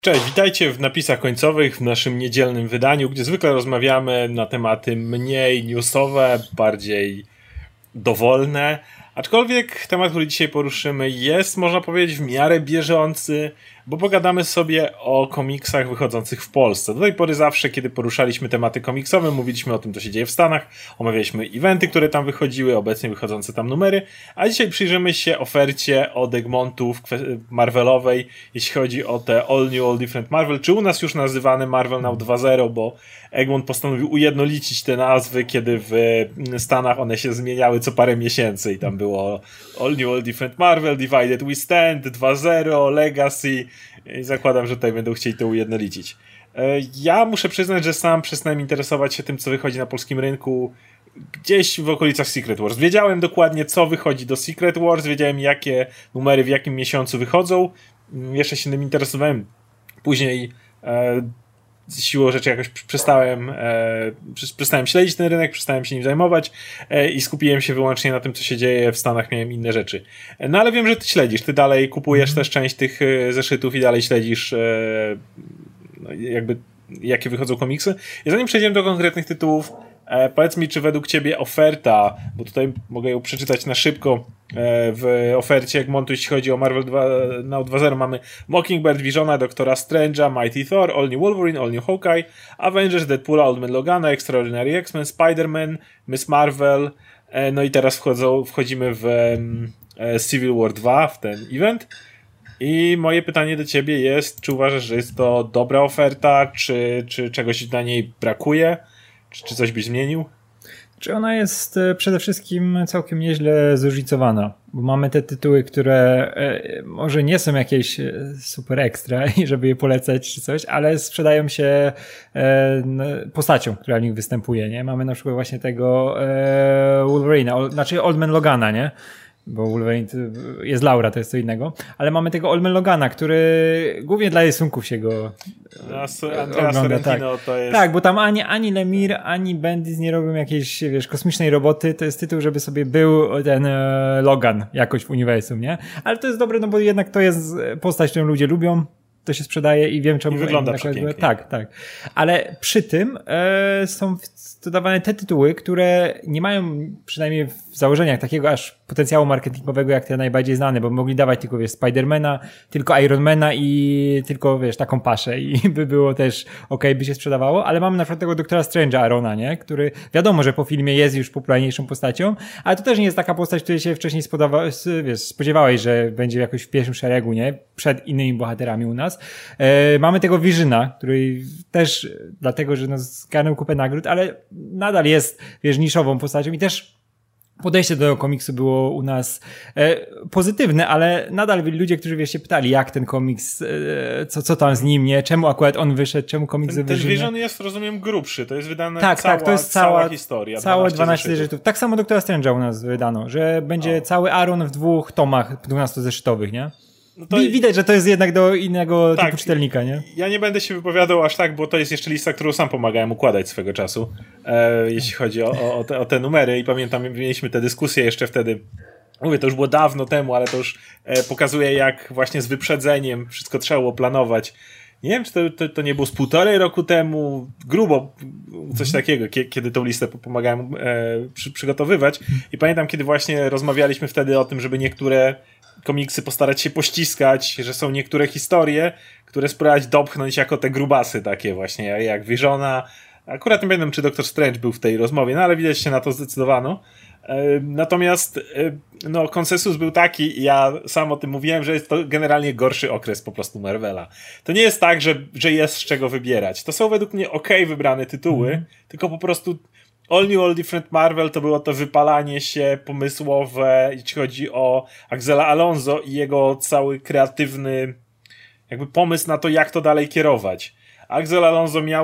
Cześć, witajcie w napisach końcowych w naszym niedzielnym wydaniu, gdzie zwykle rozmawiamy na tematy mniej newsowe, bardziej dowolne. Aczkolwiek temat, który dzisiaj poruszymy, jest, można powiedzieć, w miarę bieżący, bo pogadamy sobie o komiksach wychodzących w Polsce. Do tej pory zawsze, kiedy poruszaliśmy tematy komiksowe, mówiliśmy o tym, co się dzieje w Stanach, omawialiśmy eventy, które tam wychodziły, obecnie wychodzące tam numery, a dzisiaj przyjrzymy się ofercie od Egmontu Marvelowej, jeśli chodzi o te All New, All Different Marvel, czy u nas już nazywane Marvel Now 2.0, bo Egmont postanowił ujednolicić te nazwy, kiedy w Stanach one się zmieniały co parę miesięcy i tam było All New, All Different Marvel, Divided We Stand, 2.0, Legacy i zakładam, że tutaj będą chcieli to ujednolicić. Ja muszę przyznać, że sam przestałem interesować się tym, co wychodzi na polskim rynku gdzieś w okolicach Secret Wars. Wiedziałem dokładnie, co wychodzi do Secret Wars, wiedziałem, jakie numery w jakim miesiącu wychodzą. Jeszcze się tym interesowałem. Później siłą rzeczy jakoś przestałem śledzić ten rynek, przestałem się nim zajmować i skupiłem się wyłącznie na tym, co się dzieje w Stanach, miałem inne rzeczy. No ale wiem, że ty śledzisz, ty dalej kupujesz też część tych zeszytów i dalej śledzisz jakby jakie wychodzą komiksy. I zanim przejdziemy do konkretnych tytułów, powiedz mi, czy według ciebie oferta, bo tutaj mogę ją przeczytać na szybko, w ofercie Egmontu, jeśli chodzi o Marvel 2.0 mamy Mockingbird, Visiona, Doktora Strange'a, Mighty Thor, All New Wolverine, All New Hawkeye, Avengers, Deadpoola, Old Man Logana, Extraordinary X-Men, Spider-Man, Miss Marvel, no i teraz wchodzimy w Civil War 2, w ten event. I moje pytanie do ciebie jest, czy uważasz, że jest to dobra oferta, czy czegoś dla niej brakuje, czy coś byś zmienił? Czy ona jest przede wszystkim całkiem nieźle zróżnicowana, bo mamy te tytuły, które może nie są jakieś super ekstra i żeby je polecać czy coś, ale sprzedają się postacią, która w nich występuje, nie? Mamy na przykład właśnie tego Wolverina, znaczy Old Man Logana, nie? Bo Wolverine jest Laura, to jest co innego, ale mamy tego Old Man Logana, który głównie dla rysunków się go ogląda, tak. To jest... Tak, bo tam ani Lemire, ani Bendis nie robią jakiejś, kosmicznej roboty, to jest tytuł, żeby sobie był ten Logan jakoś w uniwersum, nie? Ale to jest dobre, no bo jednak to jest postać, którą ludzie lubią, to się sprzedaje i wiem, czemu wygląda przepięknie. Tak. Ale przy tym są dodawane te tytuły, które nie mają przynajmniej w założeniach takiego aż potencjału marketingowego jak te najbardziej znane, bo mogli dawać tylko, Spidermana, tylko Ironmana i tylko, taką paszę i by było też okej, by się sprzedawało, ale mamy na przykład tego Doktora Strange'a Arona, nie? Który wiadomo, że po filmie jest już popularniejszą postacią, ale to też nie jest taka postać, której się wcześniej spodziewałeś, że będzie jakoś w pierwszym szeregu, nie? Przed innymi bohaterami u nas. Mamy tego Visiona, który też dlatego, że zgarnął kupę nagród, ale nadal jest, niszową postacią i też podejście do tego komiksu było u nas pozytywne, ale nadal byli ludzie, którzy się pytali, jak ten komiks, co tam z nim, nie? Czemu akurat on wyszedł, czemu komiks wyszedł? Ten Vision jest, rozumiem, grubszy, to jest wydane to jest cała historia. Całe 12 zeszytów. Tak samo Doktora Strange'a u nas wydano, że będzie cały Aaron w 2 tomach 12-zeszytowych, nie? No to widać, że to jest jednak do innego typu czytelnika, nie? Ja nie będę się wypowiadał aż tak, bo to jest jeszcze lista, którą sam pomagałem układać swego czasu, jeśli chodzi o te numery i pamiętam, mieliśmy tę dyskusję jeszcze wtedy. Mówię, to już było dawno temu, ale to już pokazuje, jak właśnie z wyprzedzeniem wszystko trzeba było planować. Nie wiem, czy to nie było z 1,5 roku temu, grubo coś takiego, kiedy tą listę pomagałem przygotowywać. I pamiętam, kiedy właśnie rozmawialiśmy wtedy o tym, żeby niektóre komiksy postarać się pościskać, że są niektóre historie, które spróbować dopchnąć jako te grubasy takie właśnie, jak Visiona. Akurat nie pamiętam, czy Doktor Strange był w tej rozmowie, no ale widać się na to zdecydowano. Natomiast konsensus był taki i ja sam o tym mówiłem, że jest to generalnie gorszy okres po prostu Marvela. To nie jest tak, że jest z czego wybierać. To są według mnie wybrane tytuły, tylko po prostu All New, All Different Marvel to było to wypalanie się pomysłowe, jeśli chodzi o Axela Alonso i jego cały kreatywny jakby pomysł na to, jak to dalej kierować. Axel Alonso miał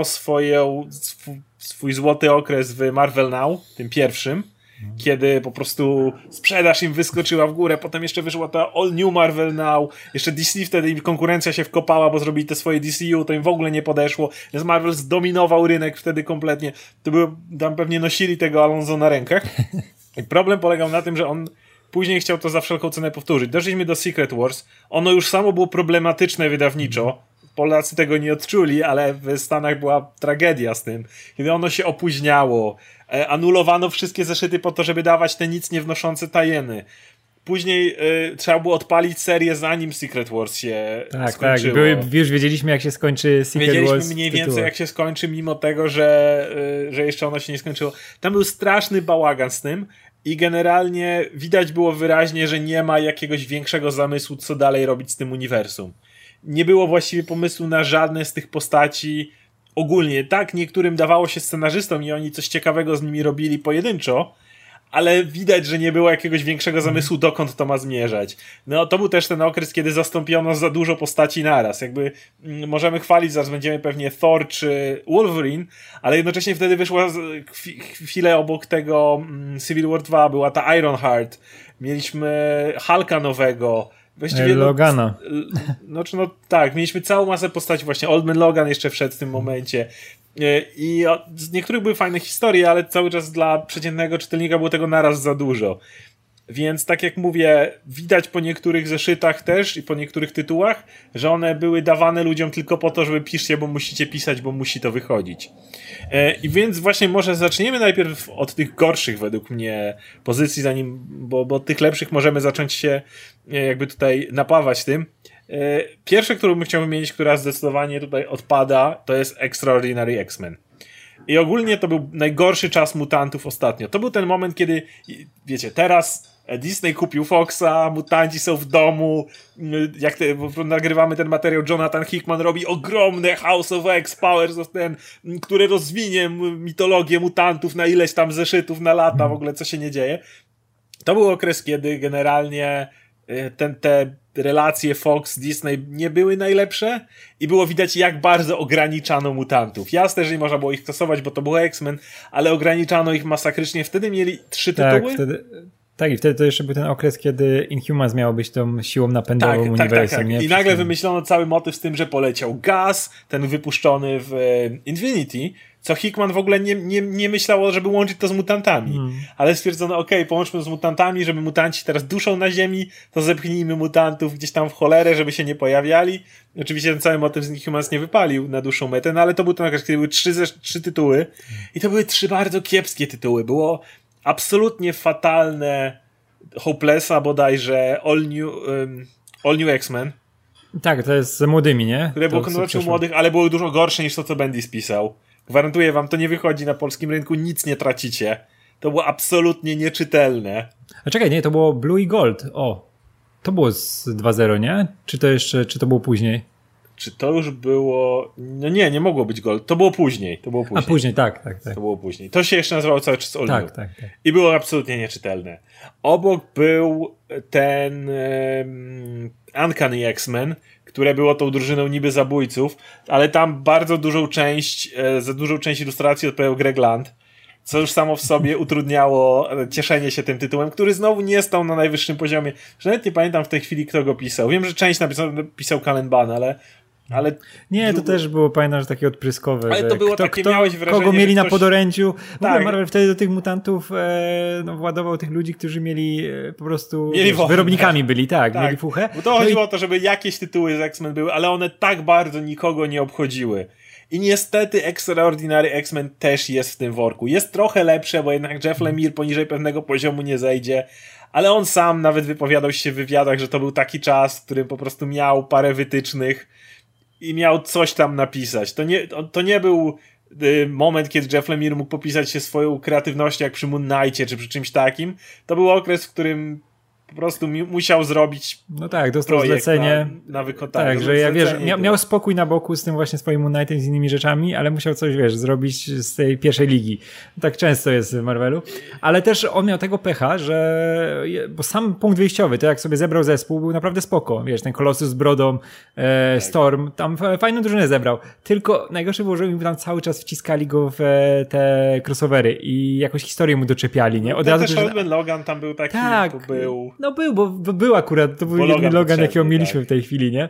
swój złoty okres w Marvel Now, tym pierwszym, kiedy po prostu sprzedaż im wyskoczyła w górę, potem jeszcze wyszła ta All New Marvel Now, jeszcze DC wtedy im konkurencja się wkopała, bo zrobili te swoje DCU, to im w ogóle nie podeszło, więc Marvel zdominował rynek wtedy kompletnie, tam pewnie nosili tego Alonso na rękach i problem polegał na tym, że on później chciał to za wszelką cenę powtórzyć. Doszliśmy do Secret Wars, ono już samo było problematyczne wydawniczo, Polacy tego nie odczuli, ale w Stanach była tragedia z tym. Kiedy ono się opóźniało, anulowano wszystkie zeszyty po to, żeby dawać te nic nie wnoszące tajeny. Później trzeba było odpalić serię, zanim Secret Wars się skończyło. Tak, już wiedzieliśmy, jak się skończy Secret Wars. Wiedzieliśmy mniej więcej, jak się skończy, mimo tego, że jeszcze ono się nie skończyło. Tam był straszny bałagan z tym i generalnie widać było wyraźnie, że nie ma jakiegoś większego zamysłu, co dalej robić z tym uniwersum. Nie było właściwie pomysłu na żadne z tych postaci ogólnie. Tak, niektórym dawało się scenarzystom i oni coś ciekawego z nimi robili pojedynczo, ale widać, że nie było jakiegoś większego zamysłu, dokąd to ma zmierzać. No to był też ten okres, kiedy zastąpiono za dużo postaci naraz. Jakby możemy chwalić, zaraz będziemy pewnie Thor czy Wolverine, ale jednocześnie wtedy wyszła chwilę obok tego Civil War 2, była ta Ironheart, mieliśmy Hulka nowego, właściwie Logana. Tak, mieliśmy całą masę postaci, właśnie Old Man Logan jeszcze wszedł w tym momencie. I z niektórych były fajne historie, ale cały czas dla przeciętnego czytelnika było tego naraz za dużo. Więc tak jak mówię, widać po niektórych zeszytach też i po niektórych tytułach, że one były dawane ludziom tylko po to, żeby piszcie, bo musicie pisać, bo musi to wychodzić. I więc właśnie może zaczniemy najpierw od tych gorszych według mnie pozycji, zanim, bo od tych lepszych możemy zacząć się jakby tutaj napawać tym. Pierwsze, którą bym chciał wymienić, która zdecydowanie tutaj odpada, to jest Extraordinary X-Men. I ogólnie to był najgorszy czas mutantów ostatnio. To był ten moment, kiedy, wiecie, teraz Disney kupił Foxa, mutanci są w domu, nagrywamy ten materiał, Jonathan Hickman robi ogromne House of X, Powers of Ten, które rozwinie mitologię mutantów na ileś tam zeszytów na lata, w ogóle co się nie dzieje. To był okres, kiedy generalnie te relacje Fox-Disney nie były najlepsze i było widać, jak bardzo ograniczano mutantów. Jasne, że nie można było ich stosować, bo to był X-Men, ale ograniczano ich masakrycznie. Wtedy mieli 3 tytuły. I wtedy to jeszcze był ten okres, kiedy Inhumans miało być tą siłą napędową uniwersum. Tak. Nie? I nagle wymyślono cały motyw z tym, że poleciał gaz, ten wypuszczony w Infinity, co Hickman w ogóle nie myślało, żeby łączyć to z mutantami. Ale stwierdzono, połączmy z mutantami, żeby mutanci teraz duszą na ziemi, to zepchnijmy mutantów gdzieś tam w cholerę, żeby się nie pojawiali. Oczywiście ten cały motyw z Inhumans nie wypalił na dłuższą metę, no ale to był ten okres, kiedy były 3 tytuły i to były 3 bardzo kiepskie tytuły. Było absolutnie fatalne Hopelessa bodajże, All New X-Men. Tak, to jest z młodymi, nie? Które było kontynuacją młodych, ale były dużo gorsze niż to, co Bendis pisał. Gwarantuję wam, to nie wychodzi na polskim rynku, nic nie tracicie. To było absolutnie nieczytelne. A czekaj, nie, to było Blue i Gold. To było z 2.0, nie? Czy to było później? Czy to już było... No nie mogło być Gold. To było później. A później, tak. To było później. To się jeszcze nazywało cały czas All New. Tak. I było absolutnie nieczytelne. Obok był ten Uncanny X-Men, które było tą drużyną niby zabójców, ale tam bardzo dużą część ilustracji odpowiadał Greg Land, co już samo w sobie utrudniało cieszenie się tym tytułem, który znowu nie stał na najwyższym poziomie. Że nawet nie pamiętam w tej chwili, kto go pisał. Wiem, że część napisał Cullen Bunn, ale nie, to też było, pamiętam, że takie odpryskowe. Ale to było takie, miałeś wrażenie, kogo mieli że na podorędziu. Tak. Marvel wtedy do tych mutantów władował tych ludzi, którzy mieli po prostu mieli wyrobnikami byli, mieli fuchę. Bo to chodziło o to, żeby jakieś tytuły z X-Men były, ale one tak bardzo nikogo nie obchodziły. I niestety Extraordinary X-Men też jest w tym worku. Jest trochę lepsze, bo jednak Jeff Lemire poniżej pewnego poziomu nie zejdzie, ale on sam nawet wypowiadał się w wywiadach, że to był taki czas, w którym po prostu miał parę wytycznych i miał coś tam napisać. To nie był moment, kiedy Jeff Lemire mógł popisać się swoją kreatywnością, jak przy Moon Knightie, czy przy czymś takim. To był okres, w którym po prostu musiał zrobić dostał zlecenie na wykonanie. Tak, że miał spokój na boku z tym właśnie swoim Moon Knightem, z innymi rzeczami, ale musiał coś, zrobić z tej pierwszej ligi. Tak często jest w Marvelu. Ale też on miał tego pecha, bo sam punkt wyjściowy, to jak sobie zebrał zespół, był naprawdę spoko. Ten Colossus z brodą, Storm, tam fajną drużynę zebrał. Tylko najgorsze było, że im tam cały czas wciskali go w te crossovery i jakąś historię mu doczepiali, nie? Od razu też Old Man Logan tam był taki, był... No bo był akurat, to był jedyny Logan, jakiego mieliśmy w tej chwili, nie?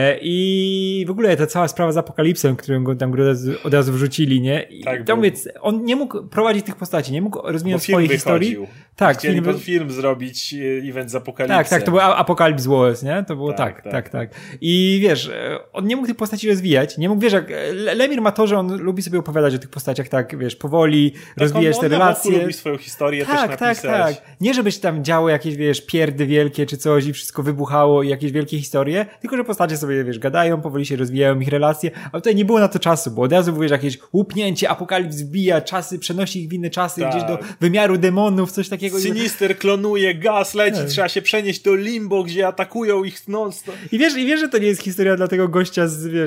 I w ogóle ta cała sprawa z Apokalipsem, którą go tam od razu wrzucili, nie? I tak, to mówię, on nie mógł prowadzić tych postaci, nie mógł rozwijać swojej historii. Tak, chcieli film zrobić, event z Apokalipsem. Tak, to był Apocalypse Wars, nie? To było tak. I wiesz, on nie mógł tych postaci rozwijać, nie mógł, wiesz, jak Lemire ma to, że on lubi sobie opowiadać o tych postaciach tak, wiesz, powoli, rozwijać te relacje. On lubi swoją historię też napisać. Tak. Nie, żeby się tam działo jakieś, wiesz, pierdy wielkie czy coś i wszystko wybuchało i jakieś wielkie historie, tylko że postacie sobie, wiesz, gadają, powoli się rozwijają ich relacje, a tutaj nie było na to czasu, bo od razu wiesz, jakieś łupnięcie, Apokalips wbija czasy, przenosi ich w inne czasy, gdzieś do wymiaru demonów, coś takiego. Sinister klonuje, gaz leci, trzeba się przenieść do Limbo, gdzie atakują ich non-stop. I wiesz, że to nie jest historia dla tego gościa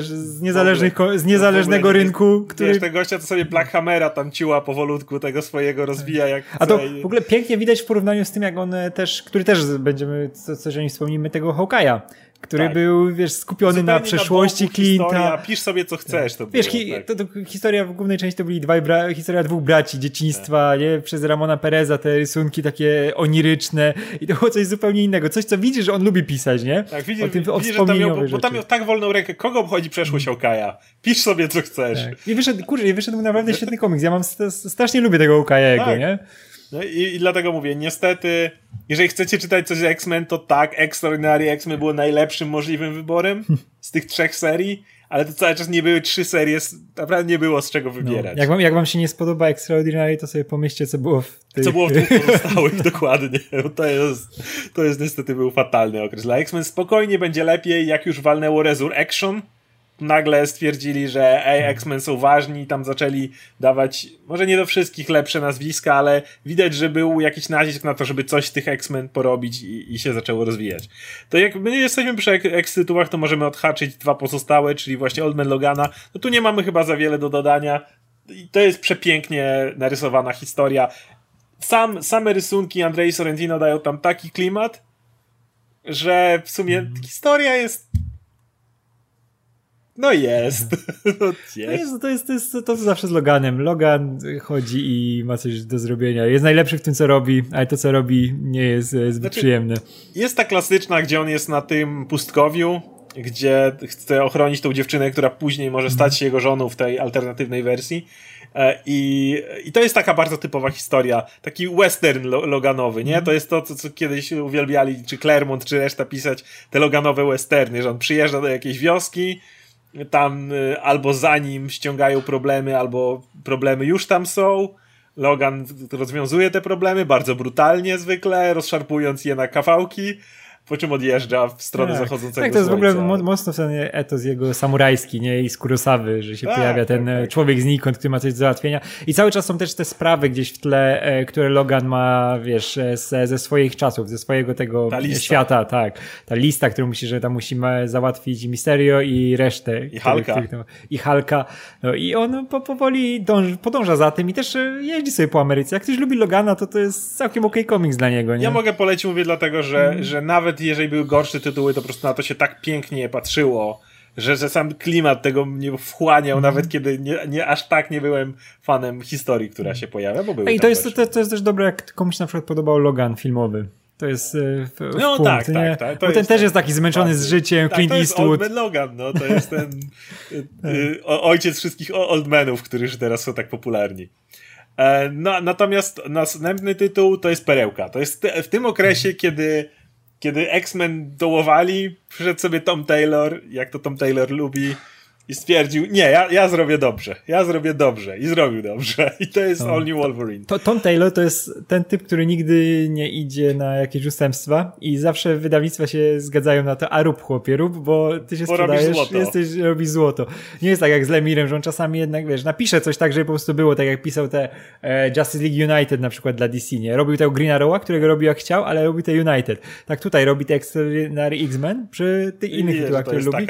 z niezależnego rynku, który... Wiesz, tego gościa to sobie Black Hammera tam ciła powolutku, tego swojego rozwija jak chce. A to w ogóle pięknie widać w porównaniu z tym, jak on też, który też będziemy, coś o nim wspomnimy, tego Hawkeye'a, który był, wiesz, skupiony zupełnie na przeszłości Clint'a. Pisz sobie co chcesz. To wiesz, było, to historia w głównej części to byli historia dwóch braci, dzieciństwa, nie? Przez Ramona Pereza te rysunki takie oniryczne i to było coś zupełnie innego. Coś, co widzisz, że on lubi pisać, nie? Tak, widzisz, że tam bo tam miał tak wolną rękę. Kogo obchodzi przeszłość Hawkeye'a? Pisz sobie co chcesz. Tak. I wyszedł naprawdę świetny komiks. Ja strasznie lubię tego Hawkeye'ego, nie? No i dlatego mówię, niestety, jeżeli chcecie czytać coś z X-Men, to tak, Extraordinary X-Men było najlepszym możliwym wyborem z tych 3 serii, ale to cały czas nie były 3 serie, naprawdę nie było z czego wybierać. No, jak wam się nie spodoba Extraordinary, to sobie pomyślcie, co było w tych... Co było w tych pozostałych, dokładnie. To jest niestety był fatalny okres. Dla X-Men spokojnie będzie lepiej, jak już walnęło Resurrection. Nagle stwierdzili, że X-Men są ważni i tam zaczęli dawać, może nie do wszystkich lepsze nazwiska, ale widać, że był jakiś nacisk na to, żeby coś z tych X-Men porobić i się zaczęło rozwijać. To jak my jesteśmy przy X-tytułach, to możemy odhaczyć 2 pozostałe, czyli właśnie Old Man Logana. No tu nie mamy chyba za wiele do dodania. I to jest przepięknie narysowana historia. Same rysunki Andrei Sorrentino dają tam taki klimat, że w sumie historia jest... No jest. To co zawsze z Loganem. Logan chodzi i ma coś do zrobienia. Jest najlepszy w tym, co robi, ale to, co robi, nie jest zbyt przyjemne. Jest ta klasyczna, gdzie on jest na tym pustkowiu, gdzie chce ochronić tą dziewczynę, która później może stać się jego żoną w tej alternatywnej wersji. I to jest taka bardzo typowa historia. Taki western loganowy, nie? To jest to, co kiedyś uwielbiali czy Claremont, czy reszta pisać, te loganowe westerny, że on przyjeżdża do jakiejś wioski, tam albo za nim ściągają problemy, albo problemy już tam są. Logan rozwiązuje te problemy bardzo brutalnie zwykle, rozszarpując je na kawałki, po czym odjeżdża w stronę zachodzącego słońca. Tak, to jest w ogóle mocno w stanie etos jego samurajski, nie? I z Kurosawy, że się pojawia ten człowiek znikąd, który ma coś do załatwienia. I cały czas są też te sprawy gdzieś w tle, które Logan ma, wiesz, ze swoich czasów, ze swojego tego świata, tak. Ta lista, którą musimy załatwić Mysterio i resztę. I Hulka. No i on powoli podąża za tym i też jeździ sobie po Ameryce. Jak ktoś lubi Logana, to jest całkiem okej komiks dla niego, nie? Ja mogę polecić, mówię dlatego, że nawet jeżeli były gorsze tytuły, to po prostu na to się tak pięknie patrzyło, że sam klimat tego mnie wchłaniał, nawet kiedy aż tak nie byłem fanem historii, która się pojawia, bo były. I to jest też dobre, jak komuś na przykład podobał Logan filmowy. To jest punkt, tak. Bo ten też jest taki zmęczony z życiem, Clint Eastwood. To jest Old Man Logan, no. To jest ten ojciec wszystkich Oldmenów, którzy teraz są tak popularni. No, natomiast następny tytuł to jest perełka. To jest w tym okresie, kiedy X-Men dołowali, przyszedł sobie Tom Taylor, jak to Tom Taylor lubi, i stwierdził, nie, ja zrobię dobrze i zrobił dobrze. I to jest All New Wolverine. Tom Taylor to jest ten typ, który nigdy nie idzie na jakieś ustępstwa i zawsze wydawnictwa się zgadzają na to, a rób chłopie, bo ty się sprzedajesz, robisz złoto. Nie jest tak jak z Lemirem, że on czasami jednak, wiesz, napisze coś tak, żeby po prostu było tak jak pisał te Justice League United na przykład dla DC, nie? Robił tego Green Arrow'a, którego robił jak chciał, ale robił te United. Tak tutaj robi te Extraordinary X-Men przy tych innych tytułach, które lubi.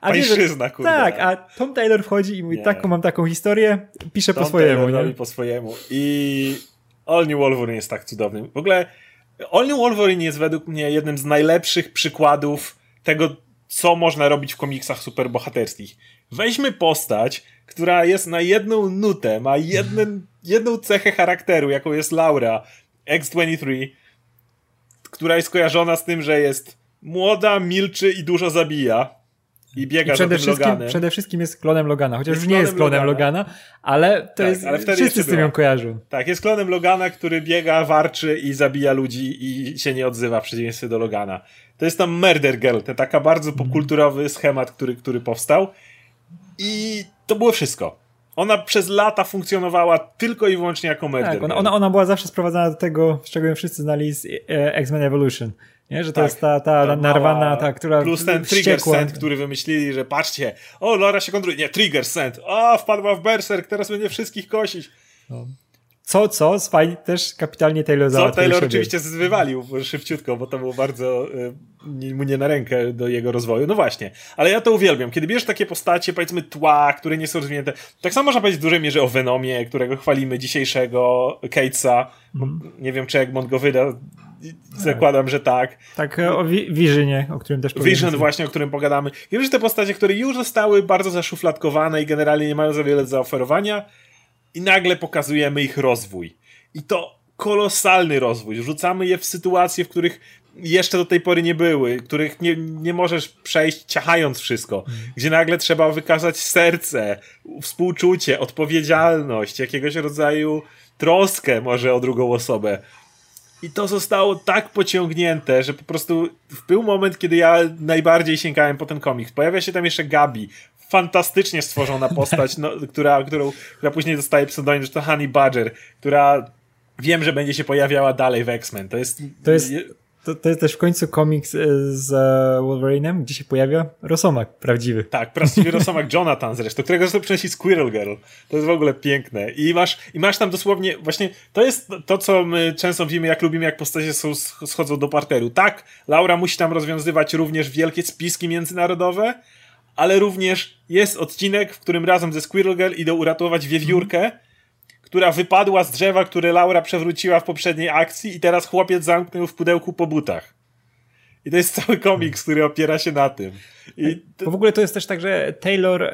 Tak, a Tom Taylor wchodzi i mówi, mam taką historię, pisze po swojemu. Robi po swojemu. I All New Wolverine jest tak cudowny. W ogóle All New Wolverine jest według mnie jednym z najlepszych przykładów tego, co można robić w komiksach superbohaterskich. Weźmy postać, która jest na jedną nutę, ma jedną cechę charakteru, jaką jest Laura, X-23, która jest kojarzona z tym, że jest młoda, milczy i dużo zabija. I biega za tym Loganem. Przede wszystkim jest klonem Logana, chociaż już nie jest klonem Logana, ale to jest, ale wszyscy z tym ją kojarzą. Tak, jest klonem Logana, który biega, warczy i zabija ludzi i się nie odzywa w przeciwieństwie do Logana. To jest tam Murder Girl, to taka bardzo popkulturowy schemat, który powstał i to było wszystko. Ona przez lata funkcjonowała tylko i wyłącznie jako Murder Girl. Ona była zawsze sprowadzana do tego, z czego ją wszyscy znali z X-Men Evolution. Nie? Że to jest ta narwana, która plus ten Trigger Scent, który wymyślili, że patrzcie, Laura się kontruje, nie, Trigger Scent, wpadła w Berserk, teraz będzie wszystkich kosić. No. Co Spidey też kapitalnie Taylor załatwił. Taylor oczywiście wywalił szybciutko, bo to było bardzo mu nie na rękę do jego rozwoju. No właśnie, ale ja to uwielbiam. Kiedy bierzesz takie postacie, powiedzmy tła, które nie są rozwinięte, tak samo można powiedzieć w dużej mierze o Venomie, którego chwalimy dzisiejszego Catesa. Nie wiem, czy Egmont go wyda. Zakładam, że tak. Tak, o Visionie, o którym też pogadamy. Vision właśnie, o którym pogadamy. I wiesz, te postacie, które już zostały bardzo zaszufladkowane i generalnie nie mają za wiele do zaoferowania i nagle pokazujemy ich rozwój. I to kolosalny rozwój. Wrzucamy je w sytuacje, w których jeszcze do tej pory nie były, których nie możesz przejść ciachając wszystko. Gdzie nagle trzeba wykazać serce, współczucie, odpowiedzialność, jakiegoś rodzaju troskę może o drugą osobę. I to zostało tak pociągnięte, że po prostu był moment, kiedy ja najbardziej sięgałem po ten komiks. Pojawia się tam jeszcze Gabi. Fantastycznie stworzona postać, która później dostaje pseudonim, że to Honey Badger, która wiem, że będzie się pojawiała dalej w X-Men. To jest też w końcu komiks z Wolverinem, gdzie się pojawia Rosomak prawdziwy. Tak, prawdziwy Rosomak Jonathan zresztą, którego zresztą przynosi Squirrel Girl. To jest w ogóle piękne. I masz tam dosłownie, właśnie to jest to, co my często mówimy, jak lubimy, jak postacie schodzą do parteru. Tak, Laura musi tam rozwiązywać również wielkie spiski międzynarodowe, ale również jest odcinek, w którym razem ze Squirrel Girl idą uratować wiewiórkę, która wypadła z drzewa, które Laura przewróciła w poprzedniej akcji i teraz chłopiec zamknął w pudełku po butach. I to jest cały komiks, który opiera się na tym. Bo w ogóle to jest też tak, że Taylor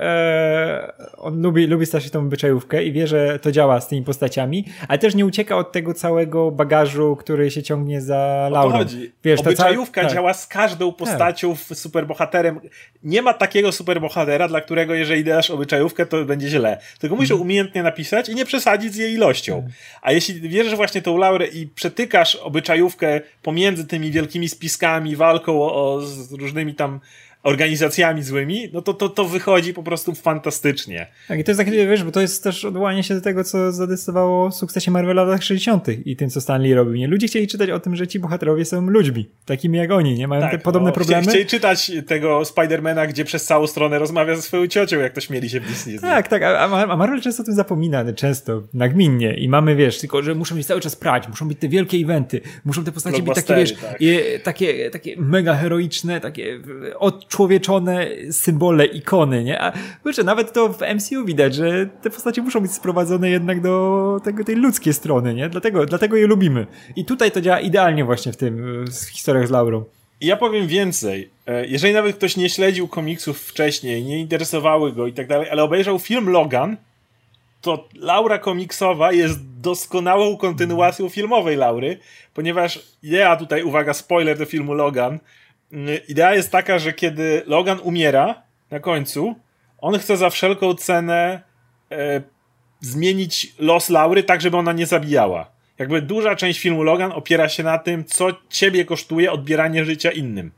on lubi strasznie tą byczajówkę i wie, że to działa z tymi postaciami, ale też nie ucieka od tego całego bagażu, który się ciągnie za Laurą. O to chodzi. Wiesz, obyczajówka działa z każdą postacią, superbohaterem. Nie ma takiego superbohatera, dla którego jeżeli dasz obyczajówkę, to będzie źle. Tylko musisz umiejętnie napisać i nie przesadzić z jej ilością. A jeśli wierzysz właśnie tą Laurę i przetykasz obyczajówkę pomiędzy tymi wielkimi spiskami, walką z różnymi tam organizacjami złymi, no to wychodzi po prostu fantastycznie. Tak, i to jest takie, wiesz, bo to jest też odwołanie się do tego, co zadecydowało sukcesie Marvela w latach 60. i tym, co Stan Lee robił. Nie? Ludzie chcieli czytać o tym, że ci bohaterowie są ludźmi, takimi jak oni, nie? Mają te podobne problemy. Chcieli czytać tego Spidermana, gdzie przez całą stronę rozmawia ze swoją ciocią, jak to śmieli się w Disney. Tak, a Marvel często o tym zapomina, często, nagminnie. I mamy, wiesz, tylko, że muszą być cały czas prać, muszą być te wielkie eventy, muszą te postacie być takie, wiesz, takie mega heroiczne, takie odczłowieczone symbole, ikony, nie? A kurczę, nawet to w MCU widać, że te postacie muszą być sprowadzone jednak do tej ludzkiej strony, nie? Dlatego je lubimy. I tutaj to działa idealnie właśnie w historiach z Laurą. Ja powiem więcej. Jeżeli nawet ktoś nie śledził komiksów wcześniej, nie interesowały go i tak dalej, ale obejrzał film Logan, to Laura komiksowa jest doskonałą kontynuacją filmowej Laury, ponieważ idea tutaj, uwaga, spoiler do filmu Logan, idea jest taka, że kiedy Logan umiera na końcu, on chce za wszelką cenę zmienić los Laury tak, żeby ona nie zabijała. Jakby duża część filmu Logan opiera się na tym, co ciebie kosztuje odbieranie życia innym.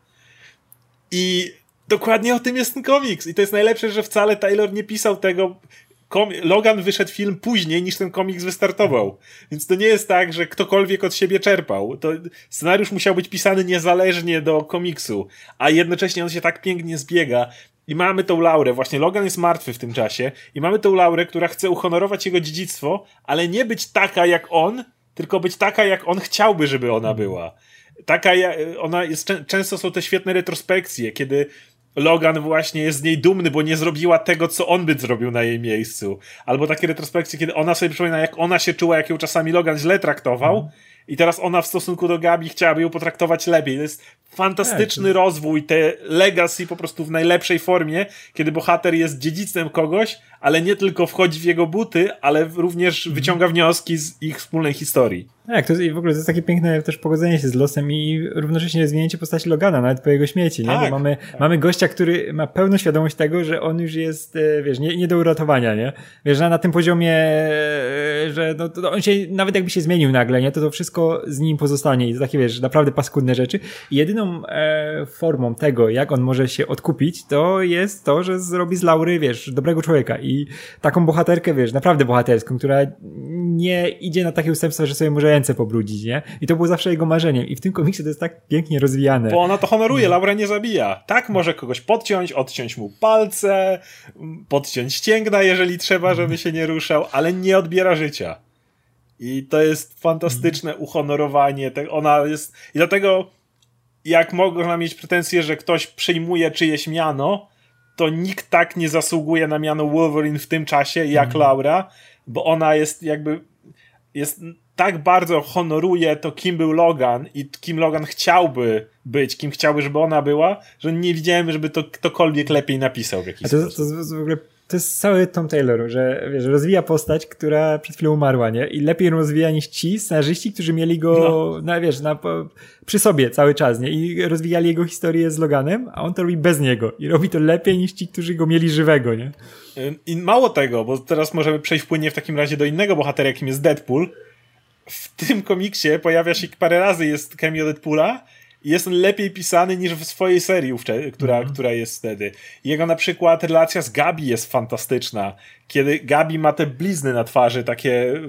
I dokładnie o tym jest ten komiks. I to jest najlepsze, że wcale Taylor nie pisał tego. Logan wyszedł film później niż ten komiks wystartował. Więc to nie jest tak, że ktokolwiek od siebie czerpał. To scenariusz musiał być pisany niezależnie do komiksu, a jednocześnie on się tak pięknie zbiega. I mamy tą Laurę, właśnie Logan jest martwy w tym czasie i mamy tą Laurę, która chce uhonorować jego dziedzictwo, ale nie być taka jak on, tylko być taka jak on chciałby, żeby ona była. Ona jest, często są te świetne retrospekcje, kiedy Logan właśnie jest z niej dumny, bo nie zrobiła tego, co on by zrobił na jej miejscu. Albo takie retrospekcje, kiedy ona sobie przypomina, jak ona się czuła, jak ją czasami Logan źle traktował i teraz ona w stosunku do Gabi chciałaby ją potraktować lepiej. To jest fantastyczny rozwój, te legacy po prostu w najlepszej formie, kiedy bohater jest dziedzicem kogoś, ale nie tylko wchodzi w jego buty, ale również wyciąga wnioski z ich wspólnej historii. Tak, w ogóle to jest takie piękne też pogodzenie się z losem i równocześnie rozwinięcie postaci Logana, nawet po jego śmierci, nie? Tak, Bo mamy gościa, który ma pełną świadomość tego, że on już jest, wiesz, nie do uratowania, nie? Wiesz, na tym poziomie, że no, to on się, nawet jakby się zmienił nagle, nie? To wszystko z nim pozostanie i to takie, wiesz, naprawdę paskudne rzeczy. I jedyną formą tego, jak on może się odkupić, to jest to, że zrobi z Laury, wiesz, dobrego człowieka i taką bohaterkę, wiesz, naprawdę bohaterską, która nie idzie na takie ustępstwa, że sobie może ręce pobrudzić, nie? I to było zawsze jego marzeniem. I w tym komiksie to jest tak pięknie rozwijane. Bo ona to honoruje, Laura nie zabija. Tak, może kogoś podciąć, odciąć mu palce, podciąć ścięgna, jeżeli trzeba, żeby się nie ruszał, ale nie odbiera życia. I to jest fantastyczne uhonorowanie. Ona jest... I dlatego, jak można mieć pretensje, że ktoś przejmuje czyjeś miano, to nikt tak nie zasługuje na miano Wolverine w tym czasie, jak Laura, bo ona jest jakby... tak bardzo honoruje to, kim był Logan i kim Logan chciałby być, kim chciałby, żeby ona była, że nie widziałem, żeby to ktokolwiek lepiej napisał w jakiś sposób. To w ogóle to jest cały Tom Taylor, że wiesz, rozwija postać, która przed chwilą umarła, nie? I lepiej ją rozwija niż ci scenarzyści, którzy mieli go przy sobie cały czas, nie? I rozwijali jego historię z Loganem, a on to robi bez niego. I robi to lepiej niż ci, którzy go mieli żywego, nie? I mało tego, bo teraz możemy przejść płynnie w takim razie do innego bohatera, jakim jest Deadpool. W tym komiksie pojawia się parę razy, jest cameo Deadpoola i jest on lepiej pisany niż w swojej serii, która jest wtedy. Jego na przykład relacja z Gabi jest fantastyczna. Kiedy Gabi ma te blizny na twarzy, takie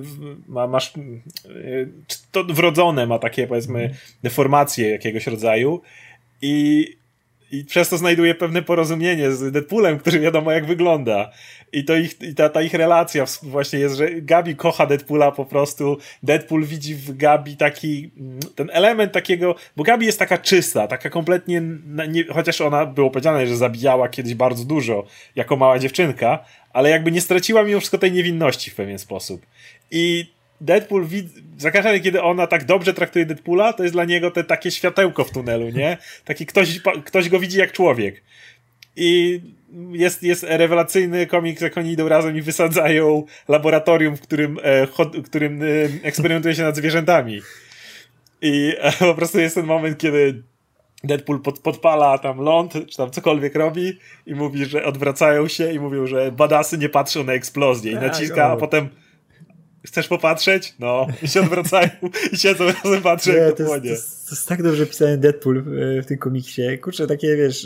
to wrodzone, ma takie, powiedzmy, deformacje jakiegoś rodzaju i przez to znajduje pewne porozumienie z Deadpoolem, który wiadomo jak wygląda. I ta ich relacja właśnie jest, że Gabi kocha Deadpoola po prostu. Deadpool widzi w Gabi ten element takiego, bo Gabi jest taka czysta, taka kompletnie, chociaż ona było powiedziane, że zabijała kiedyś bardzo dużo jako mała dziewczynka, ale jakby nie straciła mimo wszystko tej niewinności w pewien sposób. I Deadpool za każdym razem, kiedy ona tak dobrze traktuje Deadpoola, to jest dla niego takie światełko w tunelu, nie? Taki ktoś go widzi jak człowiek. I jest rewelacyjny komiks, jak oni idą razem i wysadzają laboratorium, w którym eksperymentuje się nad zwierzętami. I po prostu jest ten moment, kiedy Deadpool podpala tam ląd, czy tam cokolwiek robi i mówi, że odwracają się i mówią, że badasy nie patrzą na eksplozję. I naciska, a potem chcesz popatrzeć? No. I się odwracają i siedzą razem, patrzą jak to płonie. To jest tak dobrze pisany Deadpool w tym komiksie. Kurczę, takie wiesz...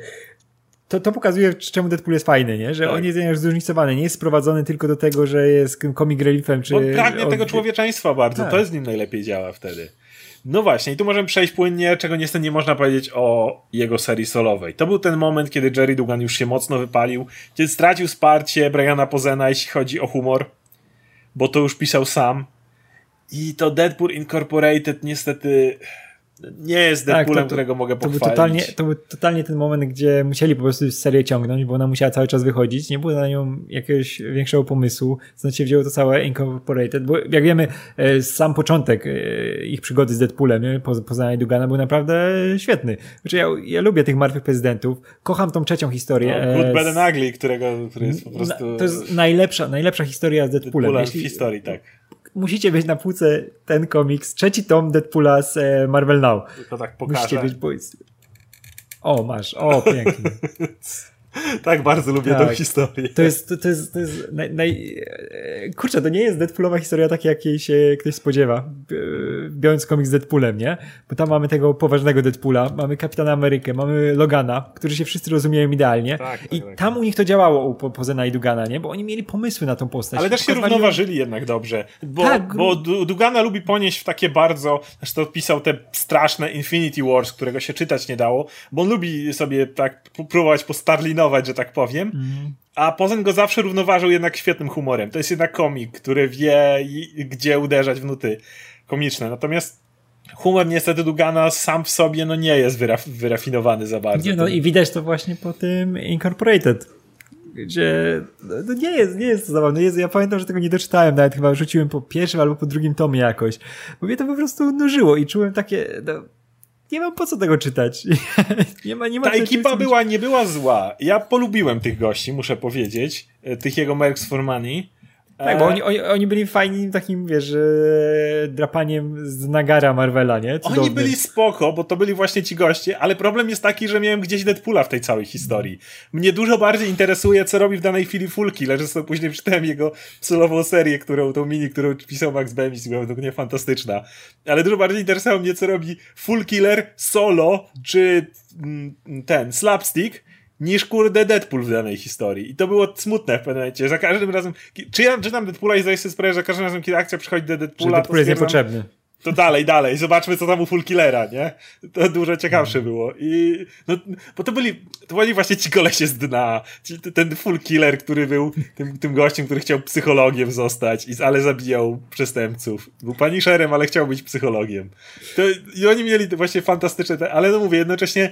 To pokazuje, czemu Deadpool jest fajny, nie? Że tak. On jest zróżnicowany, nie jest sprowadzony tylko do tego, że jest comic reliefem, czy... On pragnie tego człowieczeństwa bardzo, tak. To z nim najlepiej działa wtedy. No właśnie, i tu możemy przejść płynnie, czego niestety nie można powiedzieć o jego serii solowej. To był ten moment, kiedy Jerry Dugan już się mocno wypalił, kiedy stracił wsparcie Briana Posehna, jeśli chodzi o humor, bo to już pisał sam. I to Deadpool Incorporated niestety... nie jest Deadpoolem, którego mogę pochwalić. To był totalnie ten moment, gdzie musieli po prostu serię ciągnąć, bo ona musiała cały czas wychodzić. Nie było na nią jakiegoś większego pomysłu. Stąd się wzięło to całe Incorporated. Bo jak wiemy, sam początek ich przygody z Deadpoolem, Poznania Dugana był naprawdę świetny. Znaczy ja lubię tych martwych prezydentów. Kocham tą trzecią historię. Good, Bad and Ugly, który jest po prostu... To jest najlepsza historia z Deadpoolem. W historii, tak. Musicie mieć na półce ten komiks, trzeci tom Deadpoola z Marvel Now. Tylko tak pokażę. Musicie być, O, masz, pięknie. Tak bardzo lubię tę historię. To jest kurczę, to nie jest Deadpoolowa historia taka, jakiej się ktoś spodziewa, biorąc komiks z Deadpoolem, nie? Bo tam mamy tego poważnego Deadpoola, mamy Kapitana Amerykę, mamy Logana, którzy się wszyscy rozumieją idealnie. Tak, i tam u nich to działało u Posehna i Dugana, nie? Bo oni mieli pomysły na tą postać. Ale też się równoważyli jednak dobrze. Bo Dugana lubi ponieść w takie bardzo, zresztą pisał te straszne Infinity Wars, którego się czytać nie dało, bo on lubi sobie tak próbować postarlinować, że tak powiem, a Posehn go zawsze równoważył jednak świetnym humorem. To jest jednak komik, który wie, gdzie uderzać w nuty komiczne. Natomiast humor niestety Dugana sam w sobie nie jest wyrafinowany za bardzo. I widać to właśnie po tym Incorporated, gdzie nie jest to zabawne. Ja pamiętam, że tego nie doczytałem, nawet chyba rzuciłem po pierwszym albo po drugim tomie jakoś, bo mnie to po prostu nużyło i czułem takie... nie mam po co tego czytać. nie ma Ta ekipa nie była zła. Ja polubiłem tych gości, muszę powiedzieć. Tych jego Mercs for Money. Tak, bo oni byli fajni takim, wiesz, drapaniem z nagara Marvela, nie? Cudownym. Oni byli spoko, bo to byli właśnie ci goście, ale problem jest taki, że miałem gdzieś Deadpoola w tej całej historii. Mnie dużo bardziej interesuje, co robi w danej chwili Full Killer, że sobie później przeczytałem jego solową serię, którą pisał Max Bemis i była według mnie fantastyczna. Ale dużo bardziej interesowało mnie, co robi Full Killer, Solo, czy ten Slapstick, niż kurde Deadpool w danej historii. I to było smutne w pewnym momencie. Za każdym razem, czy ja czytam Deadpoola i zdaję sobie sprawę, że za każdym razem, kiedy akcja przychodzi do Deadpoola, że Deadpool jest niepotrzebny. To dalej, zobaczmy co tam u Full Killera, nie? To dużo ciekawsze było. I no, bo to byli właśnie ci kolesie z dna. Ten Full Killer, który był tym gościem, który chciał psychologiem zostać, ale zabijał przestępców. Był Punisherem, ale chciał być psychologiem. I oni mieli właśnie fantastyczne, ale no mówię, jednocześnie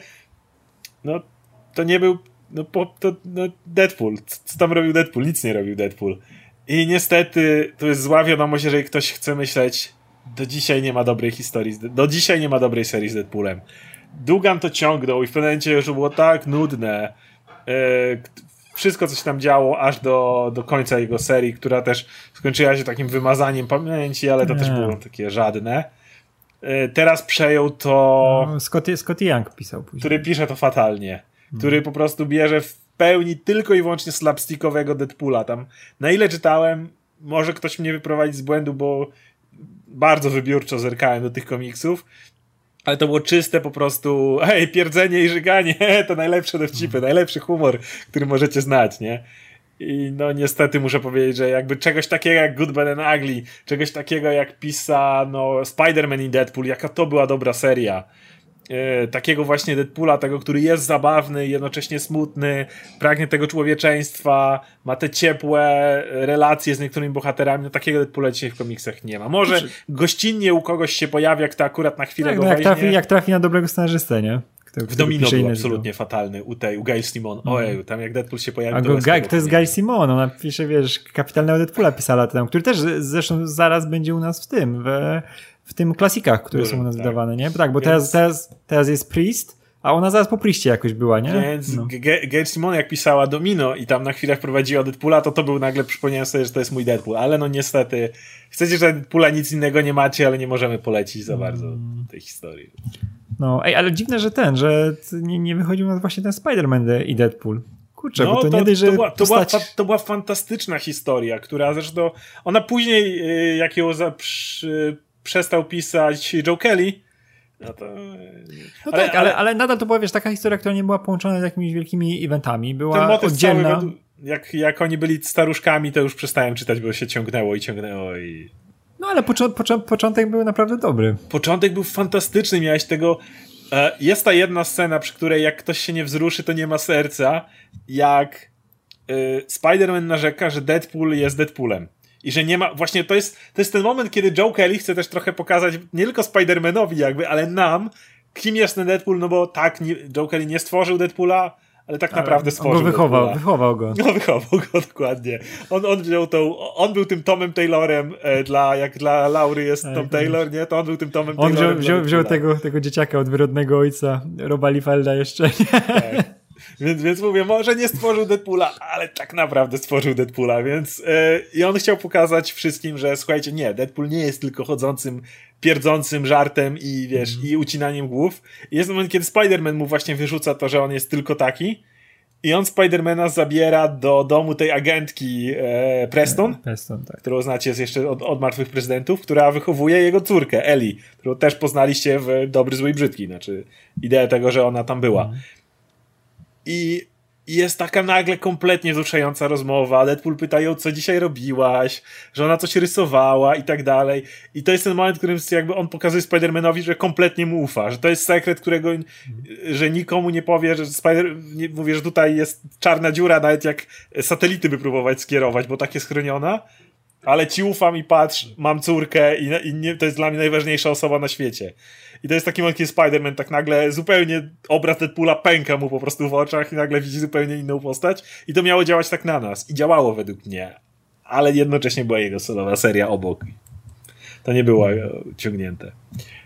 to nie był Deadpool. Co tam robił Deadpool? Nic nie robił Deadpool. I niestety to jest zła wiadomość, jeżeli ktoś chce myśleć, do dzisiaj nie ma dobrej historii, do dzisiaj nie ma dobrej serii z Deadpoolem. Dugan to ciągnął i w pewnym momencie już było tak nudne. Wszystko, co się tam działo, aż do końca jego serii, która też skończyła się takim wymazaniem pamięci, ale to też było takie żadne. Teraz przejął to... Scotty Young pisał później. Który pisze to fatalnie. Który po prostu bierze w pełni tylko i wyłącznie slapstickowego Deadpoola. Tam, na ile czytałem, może ktoś mnie wyprowadzić z błędu, bo bardzo wybiórczo zerkałem do tych komiksów, ale to było czyste po prostu pierdzenie i żyganie, to najlepsze dowcipy, najlepszy humor, który możecie znać, nie? I no niestety muszę powiedzieć, że jakby czegoś takiego jak Good, Bad and Ugly, czegoś takiego jak pisano Spider-Man i Deadpool, jaka to była dobra seria. Takiego właśnie Deadpoola, tego, który jest zabawny i jednocześnie smutny, pragnie tego człowieczeństwa, ma te ciepłe relacje z niektórymi bohaterami, no takiego Deadpoola dzisiaj w komiksach nie ma. Może gościnnie u kogoś się pojawia, kto akurat na chwilę tak, go weźmie. Jak trafi na dobrego scenarzystę, nie? W Domino był absolutnie fatalny, u Gail Simon. Ojej, tam jak Deadpool się pojawił... To jest Gail Simon, ona pisze, wiesz, kapitalnego Deadpoola pisała tam, który też zresztą zaraz będzie u nas w tym klasikach, które są u nas wydawane, nie? Tak, bo teraz jest Priest, a ona zaraz po Priestie jakoś była, nie? Więc Gail Simon jak pisała Domino i tam na chwilę wprowadziła Deadpoola, to był nagle, przypomniałem sobie, że to jest mój Deadpool, ale no niestety chcecie, że Deadpoola nic innego nie macie, ale nie możemy polecić za bardzo tej historii. No, ale dziwne, że nie wychodził nas właśnie ten Spider-Man i Deadpool. Kurczę, bo to nie dość, że to była fantastyczna historia, która zresztą ona później, jak ją przestał pisać Joe Kelly, ale nadal to była, wiesz, taka historia, która nie była połączona z jakimiś wielkimi eventami, była oddzielna. Jak oni byli staruszkami, to już przestałem czytać, bo się ciągnęło i... No ale początek był naprawdę dobry. Początek był fantastyczny, miałeś tego... Jest ta jedna scena, przy której jak ktoś się nie wzruszy, to nie ma serca, jak Spider-Man narzeka, że Deadpool jest Deadpoolem. I że nie ma... Właśnie to jest ten moment, kiedy Joe Kelly chce też trochę pokazać nie tylko Spider-Manowi jakby, ale nam, kim jest ten Deadpool, no bo tak, Joe Kelly nie stworzył Deadpoola, ale tak naprawdę stworzył wychował go. No wychował go, dokładnie. On był tym Tomem Taylorem, jak dla Laury jest Tom Taylor, nie? To on był tym Tomem Taylorem. On wziął tego dzieciaka od wyrodnego ojca, Roba Liefelda jeszcze. Tak. Więc mówię, może nie stworzył Deadpoola, ale tak naprawdę stworzył Deadpoola, więc i on chciał pokazać wszystkim, że słuchajcie, nie, Deadpool nie jest tylko chodzącym, pierdzącym żartem i wiesz, i ucinaniem głów. I jest moment, kiedy Spider-Man mu właśnie wyrzuca to, że on jest tylko taki i on Spider-Mana zabiera do domu tej agentki Preston, tak. którą znacie jeszcze od Martwych Prezydentów, która wychowuje jego córkę, Ellie, którą też poznaliście w Dobry, Zły i Brzydki, znaczy ideę tego, że ona tam była. I jest taka nagle kompletnie wzruszająca rozmowa. Deadpool pyta ją, co dzisiaj robiłaś, że ona coś rysowała i tak dalej. I to jest ten moment, w którym jakby on pokazuje Spider-Manowi, że kompletnie mu ufa, że to jest sekret, którego że nikomu nie powie, że mówię, że tutaj jest czarna dziura, nawet jak satelity by próbować skierować, bo tak jest chroniona. Ale ci ufam i patrz, mam córkę i to jest dla mnie najważniejsza osoba na świecie. I to jest taki moment, kiedy Spider-Man tak nagle zupełnie obraz Deadpoola pęka mu po prostu w oczach i nagle widzi zupełnie inną postać. I to miało działać tak na nas. I działało według mnie. Ale jednocześnie była jego solowa seria obok. To nie było ciągnięte.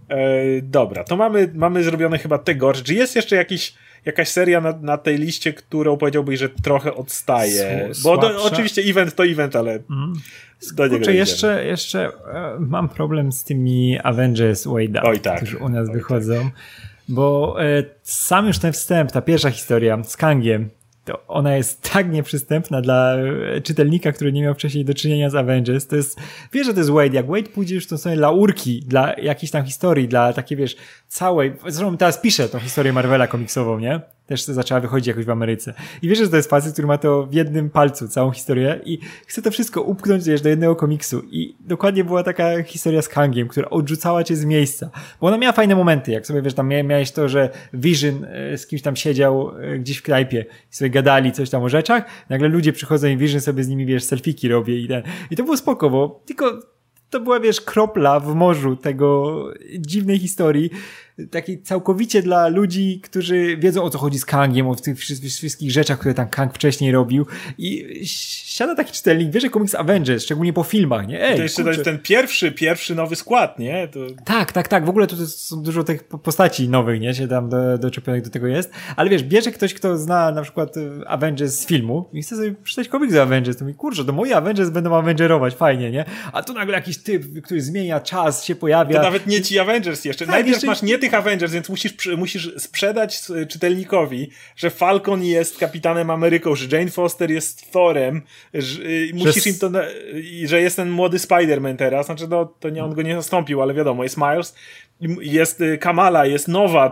Dobra, to mamy zrobione chyba te gorsze. Czy jest jeszcze jakaś seria na tej liście, którą powiedziałbyś, że trochę odstaje? Bo oczywiście event to event, ale do niego kurczę, jeszcze mam problem z tymi Avengers Wade'a, tak, którzy u nas wychodzą, bo sam już ten wstęp, ta pierwsza historia z Kangiem, to ona jest tak nieprzystępna dla czytelnika, który nie miał wcześniej do czynienia z Avengers. To jest, wiesz, że to jest Wade. Jak Wade pójdzie już tą stronę laurki dla jakiejś tam historii, dla takiej, wiesz, całej, zresztą teraz piszę tą historię Marvela komiksową, nie? Też to zaczęła wychodzić jakoś w Ameryce. I wiesz, że to jest facet, który ma to w jednym palcu, całą historię i chce to wszystko upchnąć, wiesz, do jednego komiksu. I dokładnie była taka historia z Kangiem, która odrzucała cię z miejsca. Bo ona miała fajne momenty, jak sobie, wiesz, tam miałeś to, że Vision z kimś tam siedział gdzieś w knajpie i sobie gadali coś tam o rzeczach. Nagle ludzie przychodzą i Vision sobie z nimi, wiesz, selfiki robi i to było spoko, bo tylko to była, wiesz, kropla w morzu tego dziwnej historii, takiej całkowicie dla ludzi, którzy wiedzą, o co chodzi z Kangiem, o tych wszystkich rzeczach, które tam Kang wcześniej robił i siada taki czytelnik, wie, że komiks Avengers, szczególnie po filmach, nie? To jeszcze to jest ten pierwszy nowy skład, nie? To... Tak, w ogóle tu są dużo tych postaci nowych, nie? Się tam doczepionych do tego jest, ale wiesz, bierze ktoś, kto zna na przykład Avengers z filmu i chce sobie przeczytać komiks z Avengers, to mówi, kurczę, to moi Avengers będą Avengerować, fajnie, nie? A tu nagle jakiś typ, który zmienia czas, się pojawia. To nawet nie ci Avengers jeszcze. Tak, najpierw jeszcze... masz nie tych Avengers, więc musisz sprzedać czytelnikowi, że Falcon jest Kapitanem Ameryką, że Jane Foster jest Thorem, że musisz im to, że jest ten młody Spider-Man teraz, znaczy to nie, on go nie zastąpił, ale wiadomo, jest Miles, jest Kamala, jest Nowa,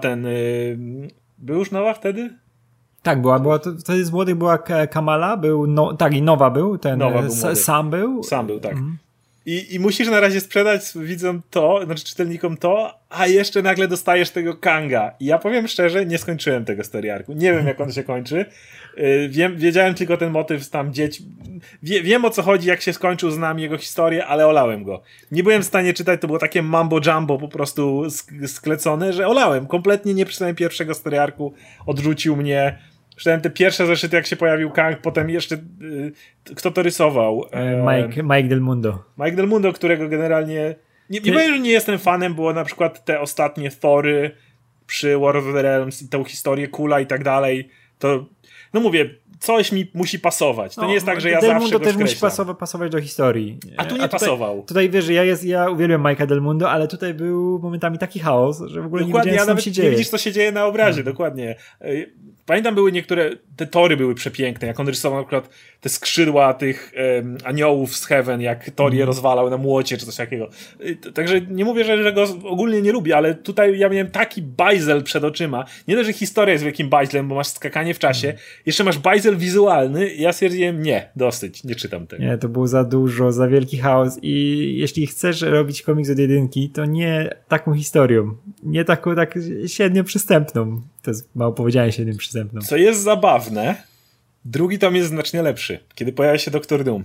był już Nowa wtedy? Tak, była wtedy z młodych była Kamala, i Nowa był, Sam był. Sam był, tak. I musisz na razie sprzedać widzom to, znaczy czytelnikom to, a jeszcze nagle dostajesz tego Kanga. I ja powiem szczerze, nie skończyłem tego story arcu. Nie wiem, jak on się kończy. Wiedziałem tylko ten motyw tam dzieci. Wiem, o co chodzi, jak się skończył, znam jego historię, ale olałem go. Nie byłem w stanie czytać, to było takie mambo jumbo po prostu sklecone, że olałem. Kompletnie nie przeczytałem pierwszego story arcu, odrzucił mnie. Czytałem te pierwsze zeszyty, jak się pojawił Kang, potem jeszcze kto to rysował? Mike Del Mundo. Mike Del Mundo, którego generalnie nie powiem, że nie jestem fanem, było na przykład te ostatnie Thory przy War of the Realms i tą historię Kula i tak dalej, to no mówię, coś mi musi pasować. To nie jest tak, że ja Del zawsze Mundo go też skreślam. musi pasować do historii. A tu nie pasował. Tutaj wiesz, że ja uwielbiam Mike'a Del Mundo, ale tutaj był momentami taki chaos, że w ogóle dokładnie, nie wiedziałem, co tam się dzieje. Nie widzisz, co się dzieje na obrazie, dokładnie. Pamiętam, były niektóre, te tory były przepiękne, jak on rysował na przykład te skrzydła tych aniołów z Heaven, jak Thor je rozwalał na młocie, czy coś takiego. Także nie mówię, że go ogólnie nie lubię, ale tutaj ja miałem taki bajzel przed oczyma. Nie dość, że historia jest wielkim bajzlem, bo masz skakanie w czasie, jeszcze masz bajzel wizualny i ja stwierdziłem, nie, dosyć, nie czytam tego. Nie, to było za dużo, za wielki chaos i jeśli chcesz robić komiks od jedynki, to nie taką historią, nie taką tak średnio przystępną. To jest mało powiedziane, średnio przystępną. Co jest zabawne, drugi tom jest znacznie lepszy, kiedy pojawia się Doktor Doom.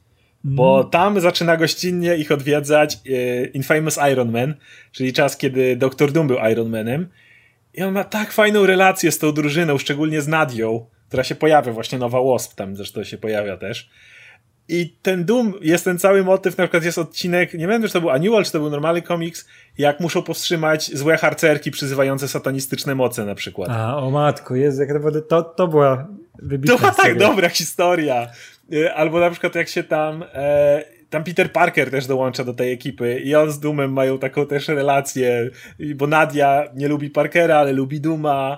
Bo tam zaczyna gościnnie ich odwiedzać Infamous Iron Man, czyli czas, kiedy Doktor Doom był Iron Manem. I on ma tak fajną relację z tą drużyną, szczególnie z Nadią, która się pojawia, właśnie nowa Wasp tam zresztą się pojawia też. I ten Doom, jest ten cały motyw, na przykład jest odcinek, nie wiem, czy to był Annual, czy to był normalny komiks, jak muszą powstrzymać złe harcerki przyzywające satanistyczne moce na przykład. A, o matko, Jezu, jak to była wybitna To była historia. tak dobra historia. Albo na przykład jak się tam Peter Parker też dołącza do tej ekipy i on z Doomem mają taką też relację, bo Nadia nie lubi Parkera, ale lubi Dooma.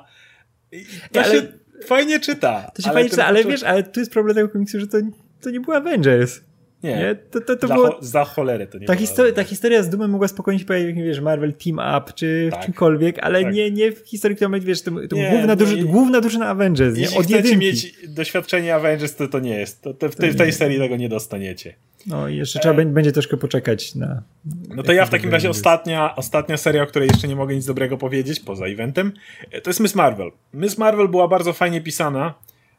To się fajnie czyta. To się fajnie czyta, ale wiesz, ale tu jest problem tego komiksu, że to nie był Avengers. Nie? To było... Za cholerę to nie ta historia z Doomem mogła spokojnie się pojawić, wiesz, Marvel Team Up, czy w czymkolwiek, ale nie w historii, która ma, wiesz, to główna drużyna Avengers. Jeśli chcecie mieć doświadczenie Avengers, to nie jest. W tej serii tego nie dostaniecie. No i jeszcze trzeba będzie troszkę poczekać na... No to ja w takim razie ostatnia seria, o której jeszcze nie mogę nic dobrego powiedzieć, poza eventem, to jest Miss Marvel. Miss Marvel była bardzo fajnie pisana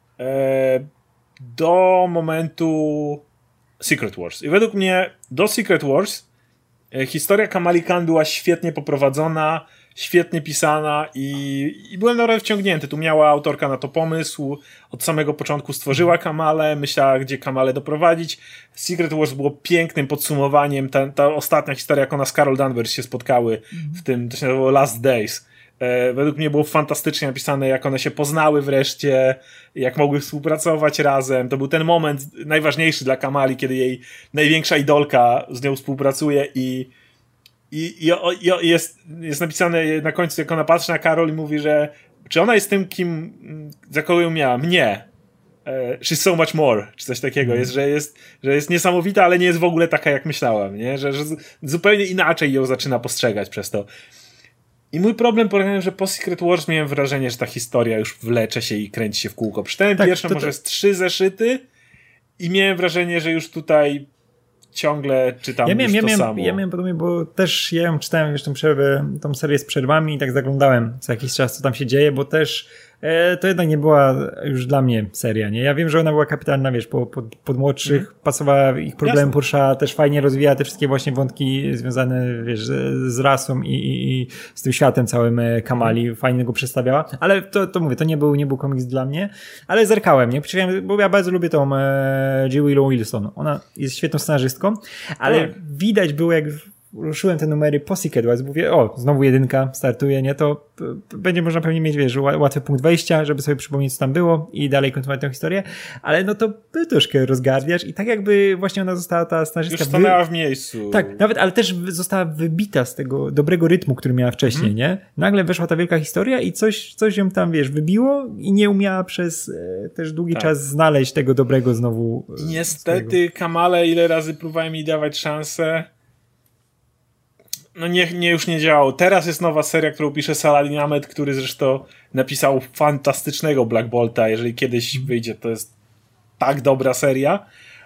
do momentu Secret Wars. I według mnie do Secret Wars historia Kamali Khan była świetnie poprowadzona, świetnie pisana i byłem naprawdę wciągnięty. Tu miała autorka na to pomysł, od samego początku stworzyła Kamale, myślała, gdzie Kamale doprowadzić. Secret Wars było pięknym podsumowaniem, ta ostatnia historia, jak ona z Carol Danvers się spotkały w tym, to się nazywało Last Days. Według mnie było fantastycznie napisane, jak one się poznały wreszcie, jak mogły współpracować razem. To był ten moment najważniejszy dla Kamali, kiedy jej największa idolka z nią współpracuje i jest napisane na końcu, jak ona patrzy na Karol i mówi, że czy ona jest tym, kim, za kogo ją miała? Mnie. She's so much more, czy coś takiego. Że jest niesamowita, ale nie jest w ogóle taka, jak myślałem, nie? Że zupełnie inaczej ją zaczyna postrzegać przez to. I mój problem polega na tym, że po Secret Wars miałem wrażenie, że ta historia już wlecze się i kręci się w kółko. Przeczytałem pierwsze, może z 3 zeszyty i miałem wrażenie, że już tutaj ciągle czytam to samo. Ja miałem podobnie, bo też ja ją czytałem, wiesz, tą serię z przerwami i tak zaglądałem co jakiś czas, co tam się dzieje, bo też to jednak nie była już dla mnie seria, nie? Ja wiem, że ona była kapitalna, wiesz, pod młodszych, pasowała ich problemy, poruszała, też fajnie rozwijała te wszystkie właśnie wątki związane, wiesz, z rasą i z tym światem całym Kamali, fajnie go przedstawiała, ale to mówię, to nie był komiks dla mnie, ale zerkałem, nie? Bo ja bardzo lubię tą G. Willow Wilson, ona jest świetną scenarzystką, ale widać było, jak ruszyłem te numery po Secret Wars, mówię, znowu 1 startuje, nie, to będzie można pewnie mieć, wiesz, łatwy punkt wejścia, żeby sobie przypomnieć, co tam było i dalej kontynuować tę historię, ale no to troszkę rozgardiasz i tak jakby właśnie ona została, ta scenarzystka... Już stanęła w miejscu. Tak, nawet, ale też została wybita z tego dobrego rytmu, który miała wcześniej, nie? Nagle weszła ta wielka historia i coś ją tam, wiesz, wybiło i nie umiała przez też długi czas znaleźć tego dobrego znowu... Niestety Kamale, ile razy próbowałem jej dawać szansę, no już nie działało. Teraz jest nowa seria, którą pisze Saladin Ahmed, który zresztą napisał fantastycznego Black Bolta. Jeżeli kiedyś wyjdzie, to jest tak dobra seria.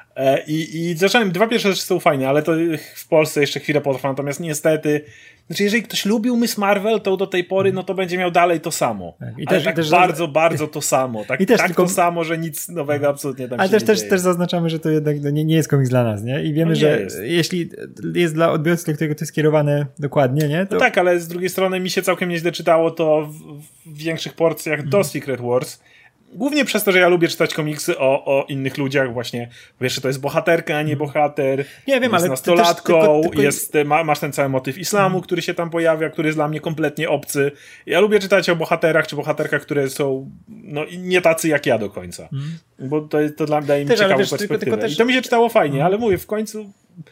I zacząłem, 2 pierwsze rzeczy są fajne, ale to w Polsce jeszcze chwilę potrwa. Natomiast niestety, znaczy jeżeli ktoś lubił Miss Marvel, to do tej pory, no to będzie miał dalej to samo. Tak. I też bardzo to samo. Tak, tylko... to samo, że nic nowego absolutnie tam się nie dzieje. Też zaznaczamy, że to jednak nie jest komiks dla nas, nie? I wiemy, że jeśli jest dla odbiorcy, do którego to jest skierowane dokładnie, nie? To... No tak, ale z drugiej strony mi się całkiem nieźle czytało to w większych porcjach do Secret Wars. Głównie przez to, że ja lubię czytać komiksy o innych ludziach właśnie. Wiesz, to jest bohaterka, a nie bohater. Nie wiem, jest nastolatką, masz ten cały motyw islamu, który się tam pojawia, który jest dla mnie kompletnie obcy. Ja lubię czytać o bohaterach czy bohaterkach, które są nie tacy jak ja do końca. Bo to dla mnie daje mi ciekawą perspektywę. I to mi się czytało fajnie, ale mówię, w końcu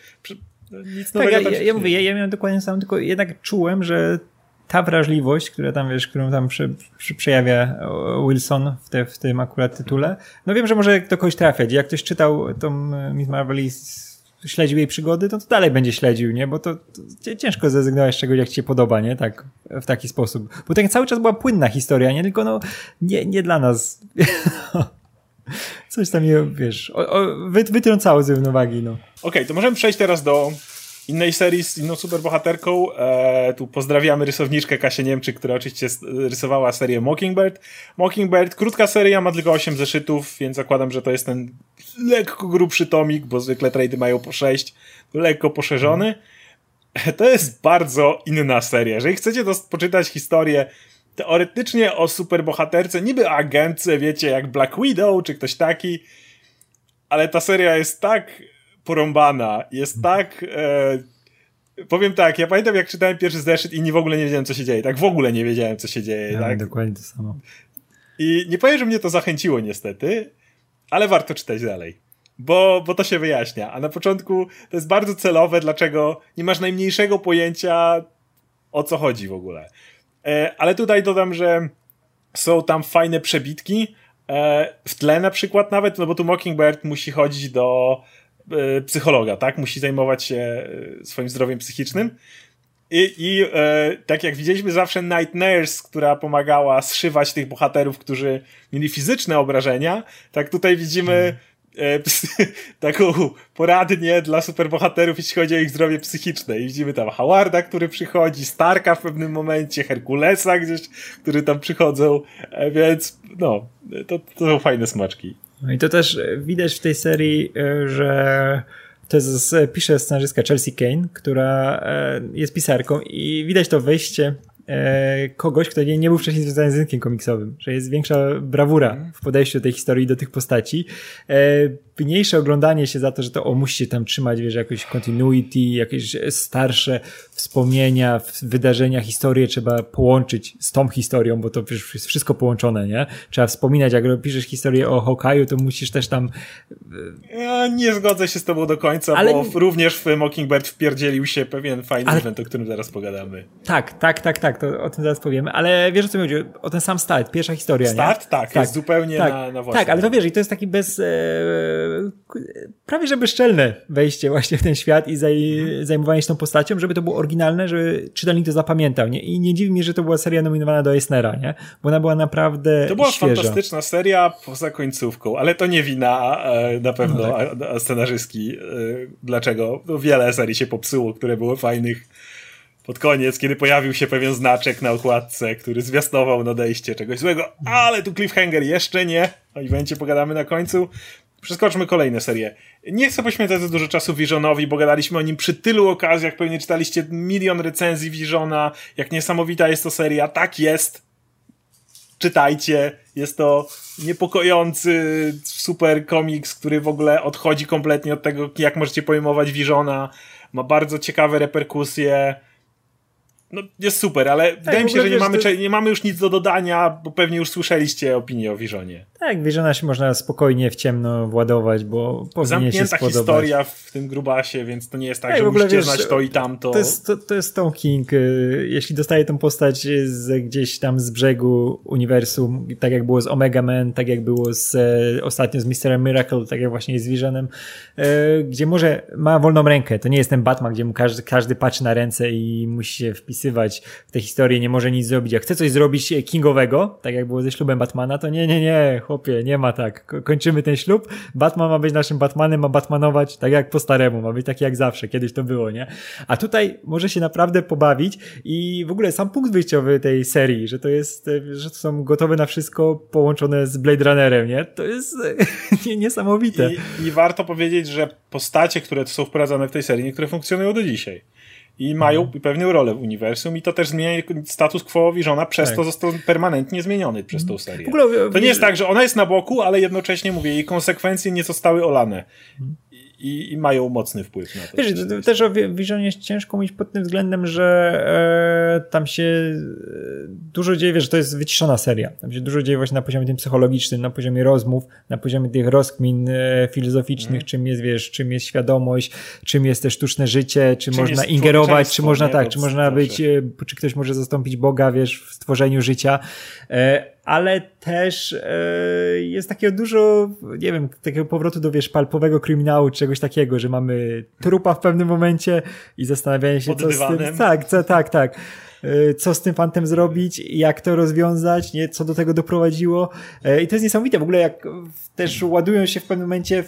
nic nowego ja mówię, ja miałem dokładnie samo, tylko jednak czułem, że ta wrażliwość, którą tam przejawia Wilson w tym akurat tytule, no wiem, że może do kogoś trafiać. Jak ktoś czytał tą Miss Marvel i śledził jej przygody, to dalej będzie śledził, nie? Bo to ciężko zrezygnować z czegoś, jak ci się podoba, nie? Tak, w taki sposób. Bo tak cały czas była płynna historia, nie? Tylko nie dla nas. Coś tam je, wiesz, wytrącało z równowagi, no. Okej, to możemy przejść teraz do innej serii z inną superbohaterką. Tu pozdrawiamy rysowniczkę Kasię Niemczyk, która oczywiście rysowała serię Mockingbird. Krótka seria, ma tylko 8 zeszytów, więc zakładam, że to jest ten lekko grubszy tomik, bo zwykle trady mają po 6, lekko poszerzony. To jest bardzo inna seria. Jeżeli chcecie poczytać historię teoretycznie o superbohaterce, niby agentce, wiecie, jak Black Widow, czy ktoś taki, ale ta seria jest tak porąbana, jest tak... powiem tak, ja pamiętam, jak czytałem pierwszy zeszyt i w ogóle nie wiedziałem, co się dzieje. Tak w ogóle nie wiedziałem, co się dzieje. Ja tak? Dokładnie to samo. I nie powiem, że mnie to zachęciło niestety, ale warto czytać dalej. Bo to się wyjaśnia. A na początku to jest bardzo celowe, dlaczego nie masz najmniejszego pojęcia, o co chodzi w ogóle. Ale tutaj dodam, że są tam fajne przebitki. W tle na przykład nawet, no bo tu Mockingbird musi chodzić do psychologa, tak? Musi zajmować się swoim zdrowiem psychicznym. I tak jak widzieliśmy zawsze Night Nurse, która pomagała zszywać tych bohaterów, którzy mieli fizyczne obrażenia, tak tutaj widzimy taką poradnię dla superbohaterów, jeśli chodzi o ich zdrowie psychiczne. I widzimy tam Howarda, który przychodzi, Starka w pewnym momencie, Herkulesa gdzieś, który tam przychodzą, więc no, to są fajne smaczki. No i to też widać w tej serii, że to pisze scenarzystka Chelsea Kane, która jest pisarką i widać to wejście kogoś, kto nie był wcześniej związany z rynkiem komiksowym, że jest większa brawura w podejściu do tej historii, do tych postaci. Mniejsze oglądanie się za to, że to musi się tam trzymać, wiesz, jakoś continuity, jakieś starsze wspomnienia, wydarzenia, historie trzeba połączyć z tą historią, bo to przecież jest wszystko połączone, nie? Trzeba wspominać, jak piszesz historię o Hawkeye'u, to musisz też tam... Ja nie zgodzę się z tobą do końca, ale... bo również w Mockingbird wpierdzielił się pewien fajny event, o którym zaraz pogadamy. Tak, to o tym zaraz powiemy, ale wiesz, o co mi chodzi? O ten sam start, pierwsza historia, start? Nie? Tak, jest zupełnie na własne. Tak, ale to wiesz, i to jest taki prawie że bezczelne wejście właśnie w ten świat i zajmowanie się tą postacią, żeby to było oryginalne, żeby czytelnik to zapamiętał, nie? I nie dziwi mnie, że to była seria nominowana do Eisnera, nie? Bo ona była naprawdę To była świeża. Fantastyczna seria poza końcówką, ale to nie wina na pewno scenarzystki. Dlaczego? No, wiele serii się popsuło, które były fajnych pod koniec, kiedy pojawił się pewien znaczek na okładce, który zwiastował nadejście czegoś złego, ale tu cliffhanger jeszcze nie. O evencie pogadamy na końcu. Przeskoczmy kolejne serie. Nie chcę poświęcać za dużo czasu Visionowi, bo gadaliśmy o nim przy tylu okazjach, pewnie czytaliście milion recenzji Visiona, jak niesamowita jest to seria. Tak jest. Czytajcie. Jest to niepokojący super komiks, który w ogóle odchodzi kompletnie od tego, jak możecie pojmować Visiona. Ma bardzo ciekawe reperkusje. No, jest super, ale wydaje mi się, że nie mamy już nic do dodania, bo pewnie już słyszeliście opinię o Visionie. Tak, Visiona się można spokojnie w ciemno władować, bo powinien się spodobać. Historia w tym grubasie, więc to nie jest tak, że musicie znać to i tamto. To jest Tom King. Jeśli dostaje tą postać gdzieś tam z brzegu uniwersum, tak jak było z Omega Man, tak jak było ostatnio z Mr. Miracle, tak jak właśnie jest z Visionem, gdzie może ma wolną rękę. To nie jest ten Batman, gdzie mu każdy patrzy na ręce i musi się wpisywać w tę historię, nie może nic zrobić. Jak chce coś zrobić kingowego, tak jak było ze ślubem Batmana, to nie, chłopie, nie ma tak. Kończymy ten ślub, Batman ma być naszym Batmanem, ma batmanować tak jak po staremu, ma być taki jak zawsze, kiedyś to było, nie? A tutaj może się naprawdę pobawić i w ogóle sam punkt wyjściowy tej serii, że to są gotowe na wszystko połączone z Blade Runnerem, nie? To jest niesamowite. I warto powiedzieć, że postacie, które są wprowadzane w tej serii, niektóre funkcjonują do dzisiaj. I mają pewną rolę w uniwersum i to też zmienia status quo Visiona, przez to został permanentnie zmieniony przez tą serię. To nie jest tak, że ona jest na boku, ale jednocześnie, mówię, jej konsekwencje nie zostały olane. I mają mocny wpływ na to. Wiesz, też o Visionie jest ciężko mówić pod tym względem, że tam się dużo dzieje, wiesz, że to jest wyciszona seria. Tam się dużo dzieje właśnie na poziomie tym psychologicznym, na poziomie rozmów, na poziomie tych rozkmin filozoficznych, czym jest, wiesz, czym jest świadomość, czym jest też sztuczne życie, czy można ingerować, czy można czy można być, czy ktoś może zastąpić Boga, wiesz, w stworzeniu życia. Ale też jest takiego dużo, nie wiem, takiego powrotu do, wiesz, palpowego kryminału, czy czegoś takiego, że mamy trupa w pewnym momencie i zastanawianie się, co z tym... Tak. Co z tym fantem zrobić, jak to rozwiązać, nie? Co do tego doprowadziło. I to jest niesamowite. W ogóle jak też ładują się w pewnym momencie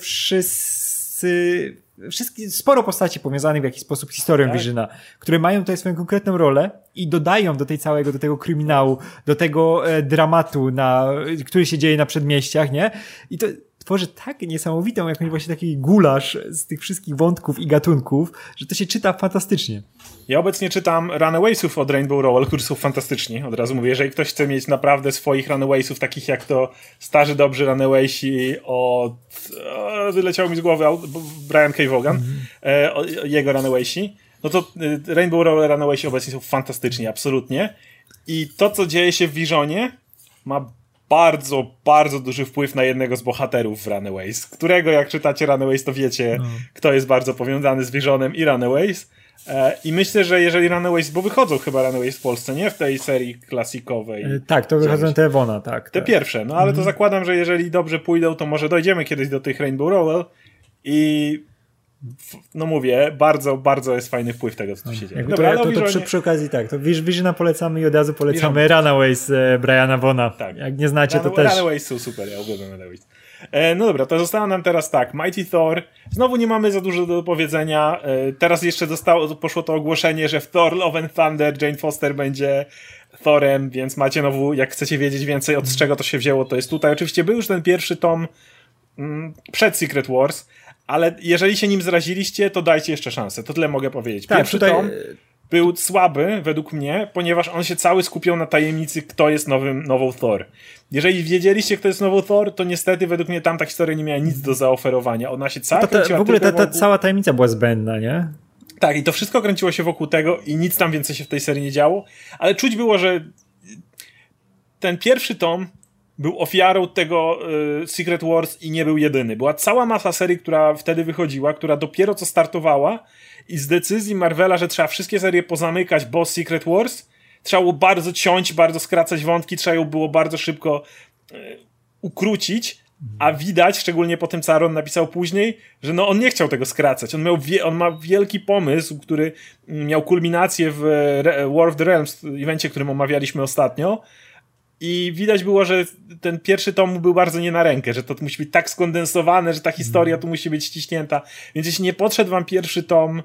sporo postaci powiązanych w jakiś sposób z historią Visiona, które mają tutaj swoją konkretną rolę i dodają do tego kryminału, do tego dramatu, który się dzieje na przedmieściach, nie? I to tworzy tak niesamowitą jakąś właśnie taki gulasz z tych wszystkich wątków i gatunków, że to się czyta fantastycznie. Ja obecnie czytam Runawaysów od Rainbow Rowell, którzy są fantastyczni. Od razu mówię, jeżeli ktoś chce mieć naprawdę swoich Runawaysów, takich jak to starzy, dobrzy Runawaysi od... wyleciało mi z głowy Brian K. Vaughan, jego Runawaysi, no to Rainbow Rowell Runawaysi obecnie są fantastyczni, absolutnie. I to, co dzieje się w Visionie, ma bardzo, bardzo duży wpływ na jednego z bohaterów w Runaways, którego jak czytacie Runaways, to wiecie, kto jest bardzo powiązany z Visionem i Runaways. I myślę, że jeżeli Runaways, bo wychodzą chyba Runaways w Polsce, nie? W tej serii klasikowej. Tak, to wychodzą te Ewona, tak. Te pierwsze, no ale to zakładam, że jeżeli dobrze pójdą, to może dojdziemy kiedyś do tych Rainbow Rowell i no mówię, bardzo, bardzo jest fajny wpływ tego, co tu się dzieje. Dobra, to przy okazji tak, to Visiona polecamy i od razu polecamy Runaways Briana Vaughana. Tak. Jak nie znacie, to też... Runaways są super, ja uwielbiam Runaways. No dobra, to zostało nam teraz tak, Mighty Thor. Znowu nie mamy za dużo do powiedzenia. Teraz jeszcze poszło to ogłoszenie, że w Thor Love and Thunder Jane Foster będzie Thorem, więc macie znowu, jak chcecie wiedzieć więcej od czego to się wzięło, to jest tutaj. Oczywiście był już ten pierwszy tom przed Secret Wars, ale jeżeli się nim zraziliście, to dajcie jeszcze szansę. To tyle mogę powiedzieć. Tak, pierwszy tom był słaby według mnie, ponieważ on się cały skupiał na tajemnicy, kto jest nową Thor. Jeżeli wiedzieliście, kto jest nową Thor, to niestety według mnie tamta historia nie miała nic do zaoferowania. Ona się cała kręciła w ogóle ta cała tajemnica była zbędna, nie? Tak, i to wszystko kręciło się wokół tego i nic tam więcej się w tej serii nie działo, ale czuć było, że ten pierwszy tom był ofiarą tego Secret Wars i nie był jedyny. Była cała masa serii, która wtedy wychodziła, która dopiero co startowała i z decyzji Marvela, że trzeba wszystkie serie pozamykać, bo Secret Wars, trzeba było bardzo ciąć, bardzo skracać wątki, trzeba ją było bardzo szybko ukrócić, a widać, szczególnie po tym, co Aaron napisał później, że no on nie chciał tego skracać. On ma wielki pomysł, który miał kulminację w War of the Realms, evencie, którym omawialiśmy ostatnio, i widać było, że ten pierwszy tom był bardzo nie na rękę, że to musi być tak skondensowane, że ta historia tu musi być ściśnięta. Więc jeśli nie podszedł wam pierwszy tom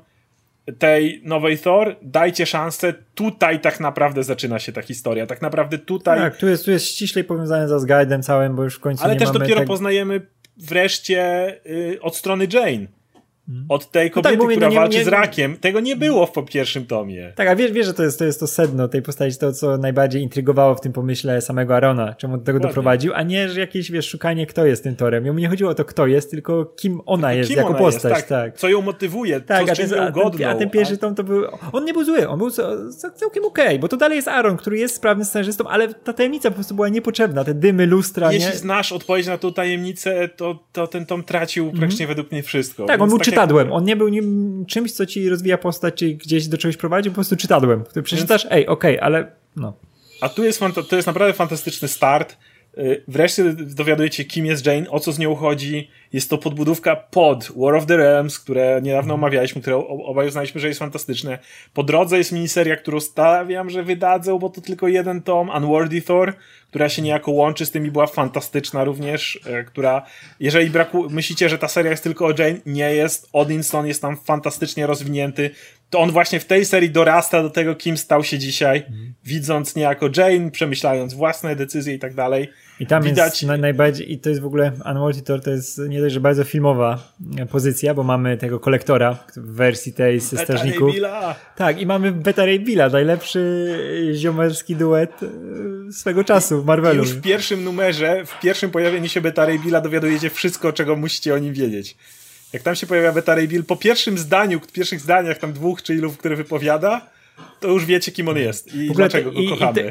tej nowej Thor, dajcie szansę. Tutaj tak naprawdę zaczyna się ta historia. Tak naprawdę tutaj... Tak, tu jest ściślej powiązane z Asgardem całym, bo już w końcu ale nie też mamy dopiero poznajemy wreszcie od strony Jane. Od tej kobiety, która walczy z rakiem. Tego nie było w pierwszym tomie. Tak, a wiesz, że to jest to sedno tej postaci, to co najbardziej intrygowało w tym pomyśle samego Arona, czemu do tego doprowadził, a nie, że jakieś, szukanie, kto jest tym Torem. Jemu nie chodziło o to, kto jest, tylko kim ona jest, jako postać. Jest, tak. Co ją motywuje, tak, co z czym ją godną. A ten pierwszy tom to był... On nie był zły, on był całkiem okej, bo to dalej jest Aaron, który jest sprawnym scenarzystą, ale ta tajemnica po prostu była niepotrzebna. Te dymy, lustra, jeśli znasz odpowiedź na tą tajemnicę, to ten tom tracił praktycznie według mnie wszystko. Tak, on był czytadłem. On nie był czymś, co ci rozwija postać, czy gdzieś do czegoś prowadzi, po prostu czytadłem. Ty przeczytasz, okej, ale no. A tu jest to jest naprawdę fantastyczny start. Wreszcie dowiadujecie, kim jest Jane, o co z nią chodzi. Jest to podbudówka pod War of the Realms, które niedawno omawialiśmy, które obaj uznaliśmy, że jest fantastyczne. Po drodze jest miniseria, którą stawiam, że wydadzą, bo to tylko jeden tom, Unworthy Thor, która się niejako łączy z tym i była fantastyczna również, która, jeżeli myślicie, że ta seria jest tylko o Jane, nie jest. Odinson jest tam fantastycznie rozwinięty. To on właśnie w tej serii dorasta do tego, kim stał się dzisiaj, widząc niejako Jane, przemyślając własne decyzje i tak dalej. I tam widać jest najbardziej, i to jest w ogóle Unworthy Thor, to jest nie dość, że bardzo filmowa pozycja, bo mamy tego kolektora w wersji tej z strażników. Tak, i mamy Beta Ray Billa, najlepszy ziomerski duet swego czasu w Marvelu. I już w pierwszym numerze, w pierwszym pojawieniu się Beta Ray Billa dowiadujecie wszystko, czego musicie o nim wiedzieć. Jak tam się pojawia Beta Ray Bill, po pierwszym zdaniu, pierwszych zdaniach, tam 2 czy ilu, które wypowiada, to już wiecie, kim on jest i dlaczego go kochamy.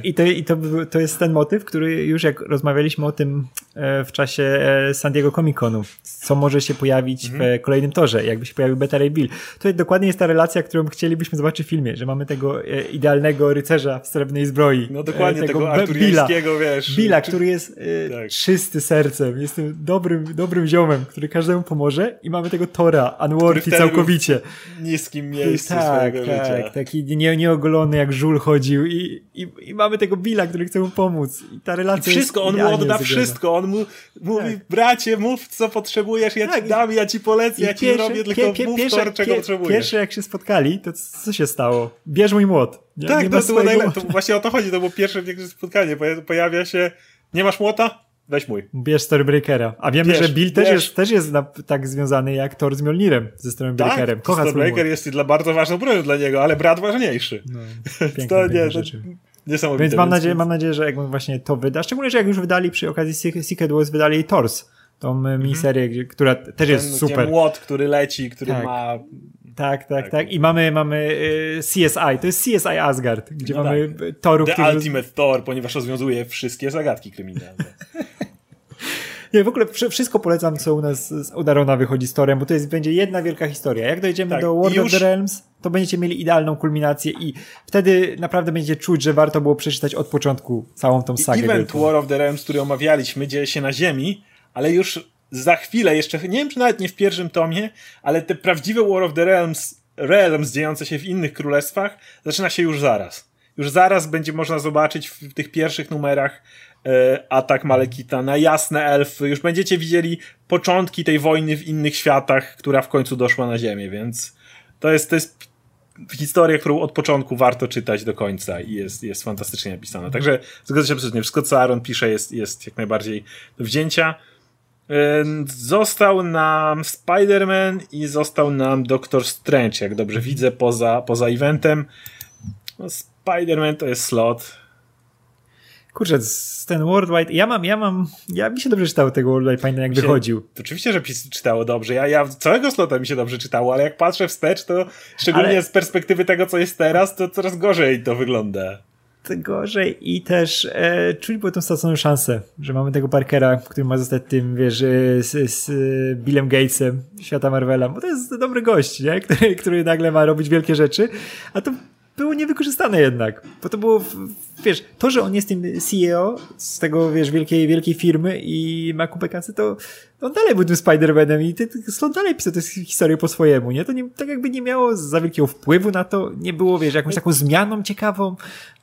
To jest ten motyw, który już jak rozmawialiśmy o tym w czasie San Diego Comic-Conu, co może się pojawić w kolejnym torze, jakby się pojawił Beta Ray Bill. To dokładnie jest ta relacja, którą chcielibyśmy zobaczyć w filmie, że mamy tego idealnego rycerza w srebrnej zbroi. No dokładnie, tego arturiańskiego, wiesz. Billa, który jest czysty sercem, jest tym dobrym ziomem, który każdemu pomoże, i mamy tego Tora, Unworthy całkowicie. W niskim miejscu swojego życia. Tak, taki nieogolony jak żul chodził i mamy tego Billa, który chce mu pomóc. I ta relacja wszystko, on mu odda wszystko. On mu mówi, bracie, mów co potrzebujesz, ja ci dam, ja ci polecę, ja ci zrobię, tylko mów to, czego potrzebujesz. Pierwsze jak się spotkali, to co się stało? Bierz mój młot. Tak, to właśnie o to chodzi, to było pierwsze spotkanie. Pojawia się, nie masz młota? Weź mój. Bierz Stormbreakera. A wiemy, że Bill też jest tak związany jak Thor z Mjolnirem, ze Stormbreakerem. Tak, Stormbreaker jest bardzo ważną bronią dla niego, ale brat ważniejszy. No, piękne rzeczy. Niesamowite. Więc mam nadzieję, że jak właśnie to wyda, szczególnie, że jak już wydali przy okazji Secret Wars, wydali Thors, tą miniserię, która też jest super. Młot, który leci, który ma... Tak. I mamy CSI. To jest CSI Asgard, gdzie mamy Thorów, The Ultimate Thor, ponieważ rozwiązuje wszystkie zagadki kryminalne. Nie, w ogóle wszystko polecam, co u nas od Arona wychodzi z Thorem, bo to będzie jedna wielka historia. Jak dojdziemy do War of the Realms, to będziecie mieli idealną kulminację i wtedy naprawdę będziecie czuć, że warto było przeczytać od początku całą tą sagę. Event War of the Realms, który omawialiśmy, dzieje się na Ziemi, ale już za chwilę, jeszcze nie wiem, czy nawet nie w pierwszym tomie, ale te prawdziwe War of the Realms dziejące się w innych królestwach zaczyna się już zaraz. Już zaraz będzie można zobaczyć w tych pierwszych numerach atak Malekita na jasne elfy. Już będziecie widzieli początki tej wojny w innych światach, która w końcu doszła na Ziemię, więc to jest historia, którą od początku warto czytać do końca i jest fantastycznie napisana. Także zgodzę się absolutnie. Wszystko, co Aaron pisze, jest jak najbardziej do wzięcia. Został nam Spider-Man i został nam Doctor Strange, jak dobrze widzę, poza eventem. No, Spider-Man to jest Slott. Kurczę, ten Worldwide, mi się dobrze czytało tego Worldwide, pamiętam jak wychodził. Oczywiście, że czytało dobrze. Ja całego Slotta mi się dobrze czytało, ale jak patrzę wstecz, to szczególnie z perspektywy tego, co jest teraz, to coraz gorzej to wygląda. Gorzej i też czuć było tą straconą szansę, że mamy tego Parkera, który ma zostać tym, wiesz, z Billem Gatesem świata Marvela, bo to jest dobry gość, nie? Który nagle ma robić wielkie rzeczy, a to było niewykorzystane jednak, bo to było, wiesz, to, że on jest tym CEO z tego, wiesz, wielkiej firmy i ma kupę kasy, to on dalej był tym Spider-Manem i Slott dalej pisał tę historię po swojemu, nie? To nie, tak jakby nie miało za wielkiego wpływu na to, nie było, wiesz, jakąś taką zmianą ciekawą.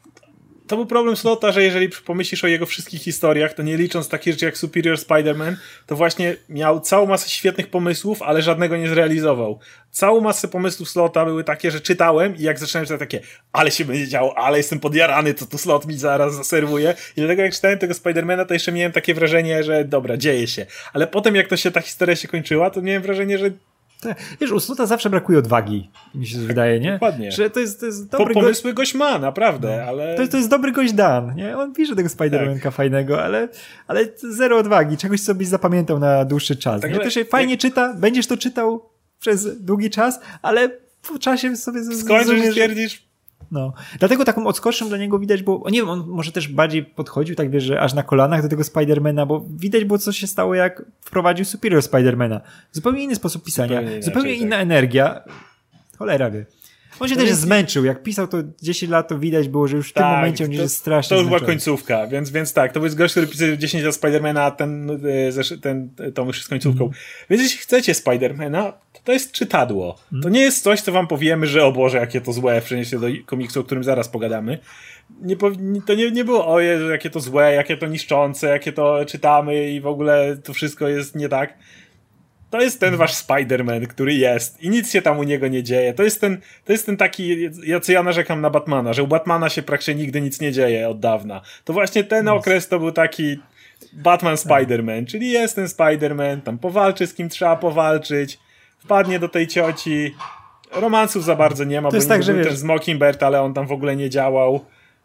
To był problem Slotta, że jeżeli pomyślisz o jego wszystkich historiach, to nie licząc takich rzeczy jak Superior Spider-Man, to właśnie miał całą masę świetnych pomysłów, ale żadnego nie zrealizował. Całą masę pomysłów Slotta były takie, że czytałem i jak zacząłem czytać takie, ale się będzie działo, ale jestem podjarany, co tu Slott mi zaraz zaserwuje. I dlatego jak czytałem tego Spider-Mana, to jeszcze miałem takie wrażenie, że dobra, dzieje się. Ale potem jak ta historia się kończyła, to miałem wrażenie, że wiesz, u Slotta zawsze brakuje odwagi, mi się wydaje, nie? Dokładnie. Że to jest dobry pomysły gość ma, naprawdę, no. ale... To jest dobry gość Dan, nie? On pisze tego Spider-Manka fajnego, ale zero odwagi, czegoś sobie zapamiętał na dłuższy czas. Także, to się fajnie czyta, będziesz to czytał przez długi czas, ale po czasie sobie skończysz i stwierdzisz... No. Dlatego taką odskocznią dla niego widać, bo nie wiem, on może też bardziej podchodził, tak wiesz, że aż na kolanach do tego Spidermana, bo widać było, co się stało, jak wprowadził Superior Spidermana. Zupełnie inny sposób pisania, zupełnie inna energia. Cholera wie. On się też zmęczył. Jak pisał to 10 lat, to widać było, że już w tym momencie on jest strasznie to już zmęczony. była końcówka, więc tak, to był gość, który pisał 10 lat Spidermana, a ten tom już z końcówką. Więc jeśli chcecie Spidermana, to jest czytadło. To nie jest coś, co wam powiemy, że o Boże, jakie to złe, w przeniesieniu do komiksu, o którym zaraz pogadamy. To nie było, o Jezu, jakie to złe, jakie to niszczące, jakie to czytamy i w ogóle to wszystko jest nie tak. To jest ten wasz Spider-Man, który jest i nic się tam u niego nie dzieje. To jest ten taki, co ja narzekam na Batmana, że u Batmana się praktycznie nigdy nic nie dzieje od dawna. To właśnie ten okres to był taki Batman Spider-Man, czyli jest ten Spider-Man, tam powalczy z kim trzeba powalczyć, wpadnie do tej cioci, romansów za bardzo nie ma, bo tak, był ten z Mockingbird, ale on tam w ogóle nie działał.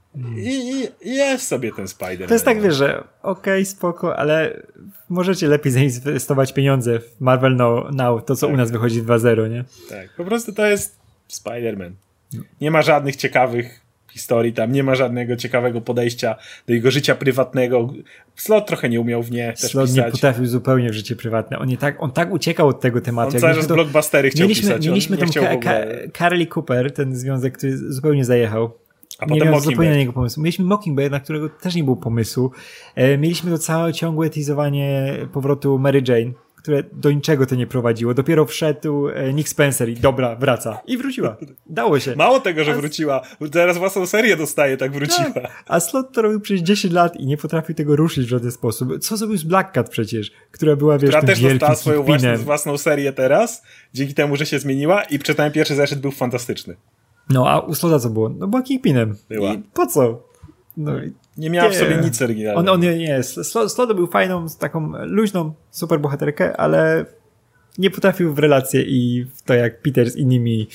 I jest sobie ten Spider-Man. To jest tak, wiesz, że okej, spoko, ale możecie lepiej zainwestować pieniądze w Marvel Now, to co u nas wychodzi 2.0, nie? Tak, po prostu to jest Spider-Man. Nie ma żadnych ciekawych historii tam, nie ma żadnego ciekawego podejścia do jego życia prywatnego. Slott trochę nie umiał w nie też Slott pisać. nie potrafił zupełnie w życie prywatne. On tak uciekał od tego tematu. On cały czas blockbustery chciał pisać. Mieliśmy tą Carly Cooper, ten związek, który zupełnie zajechał. A nie potem zupełnie na niego pomysłu. Mieliśmy Mockingbird, na którego też nie było pomysłu. Mieliśmy to całe ciągłe teasowanie powrotu Mary Jane, które do niczego to nie prowadziło. Dopiero wszedł Nick Spencer i dobra, wraca. I wróciła. Dało się. Mało tego, że wróciła. Teraz własną serię dostaje, tak wróciła. Tak. A Slott to robił przez 10 lat i nie potrafił tego ruszyć w żaden sposób. Co zrobił z Black Cat przecież, która była, wiesz, która też dostała swoją kingpinem. własną serię teraz, dzięki temu, że się zmieniła i przeczytałem pierwszy zeszyt, był fantastyczny. No, a u Slotta co było? No była kingpinem. Była. I po co? No, nie miała w sobie nic oryginalnego. On nie, Slott był fajną, taką luźną superbohaterkę, ale nie potrafił w relacje i w to, jak Peter z innymi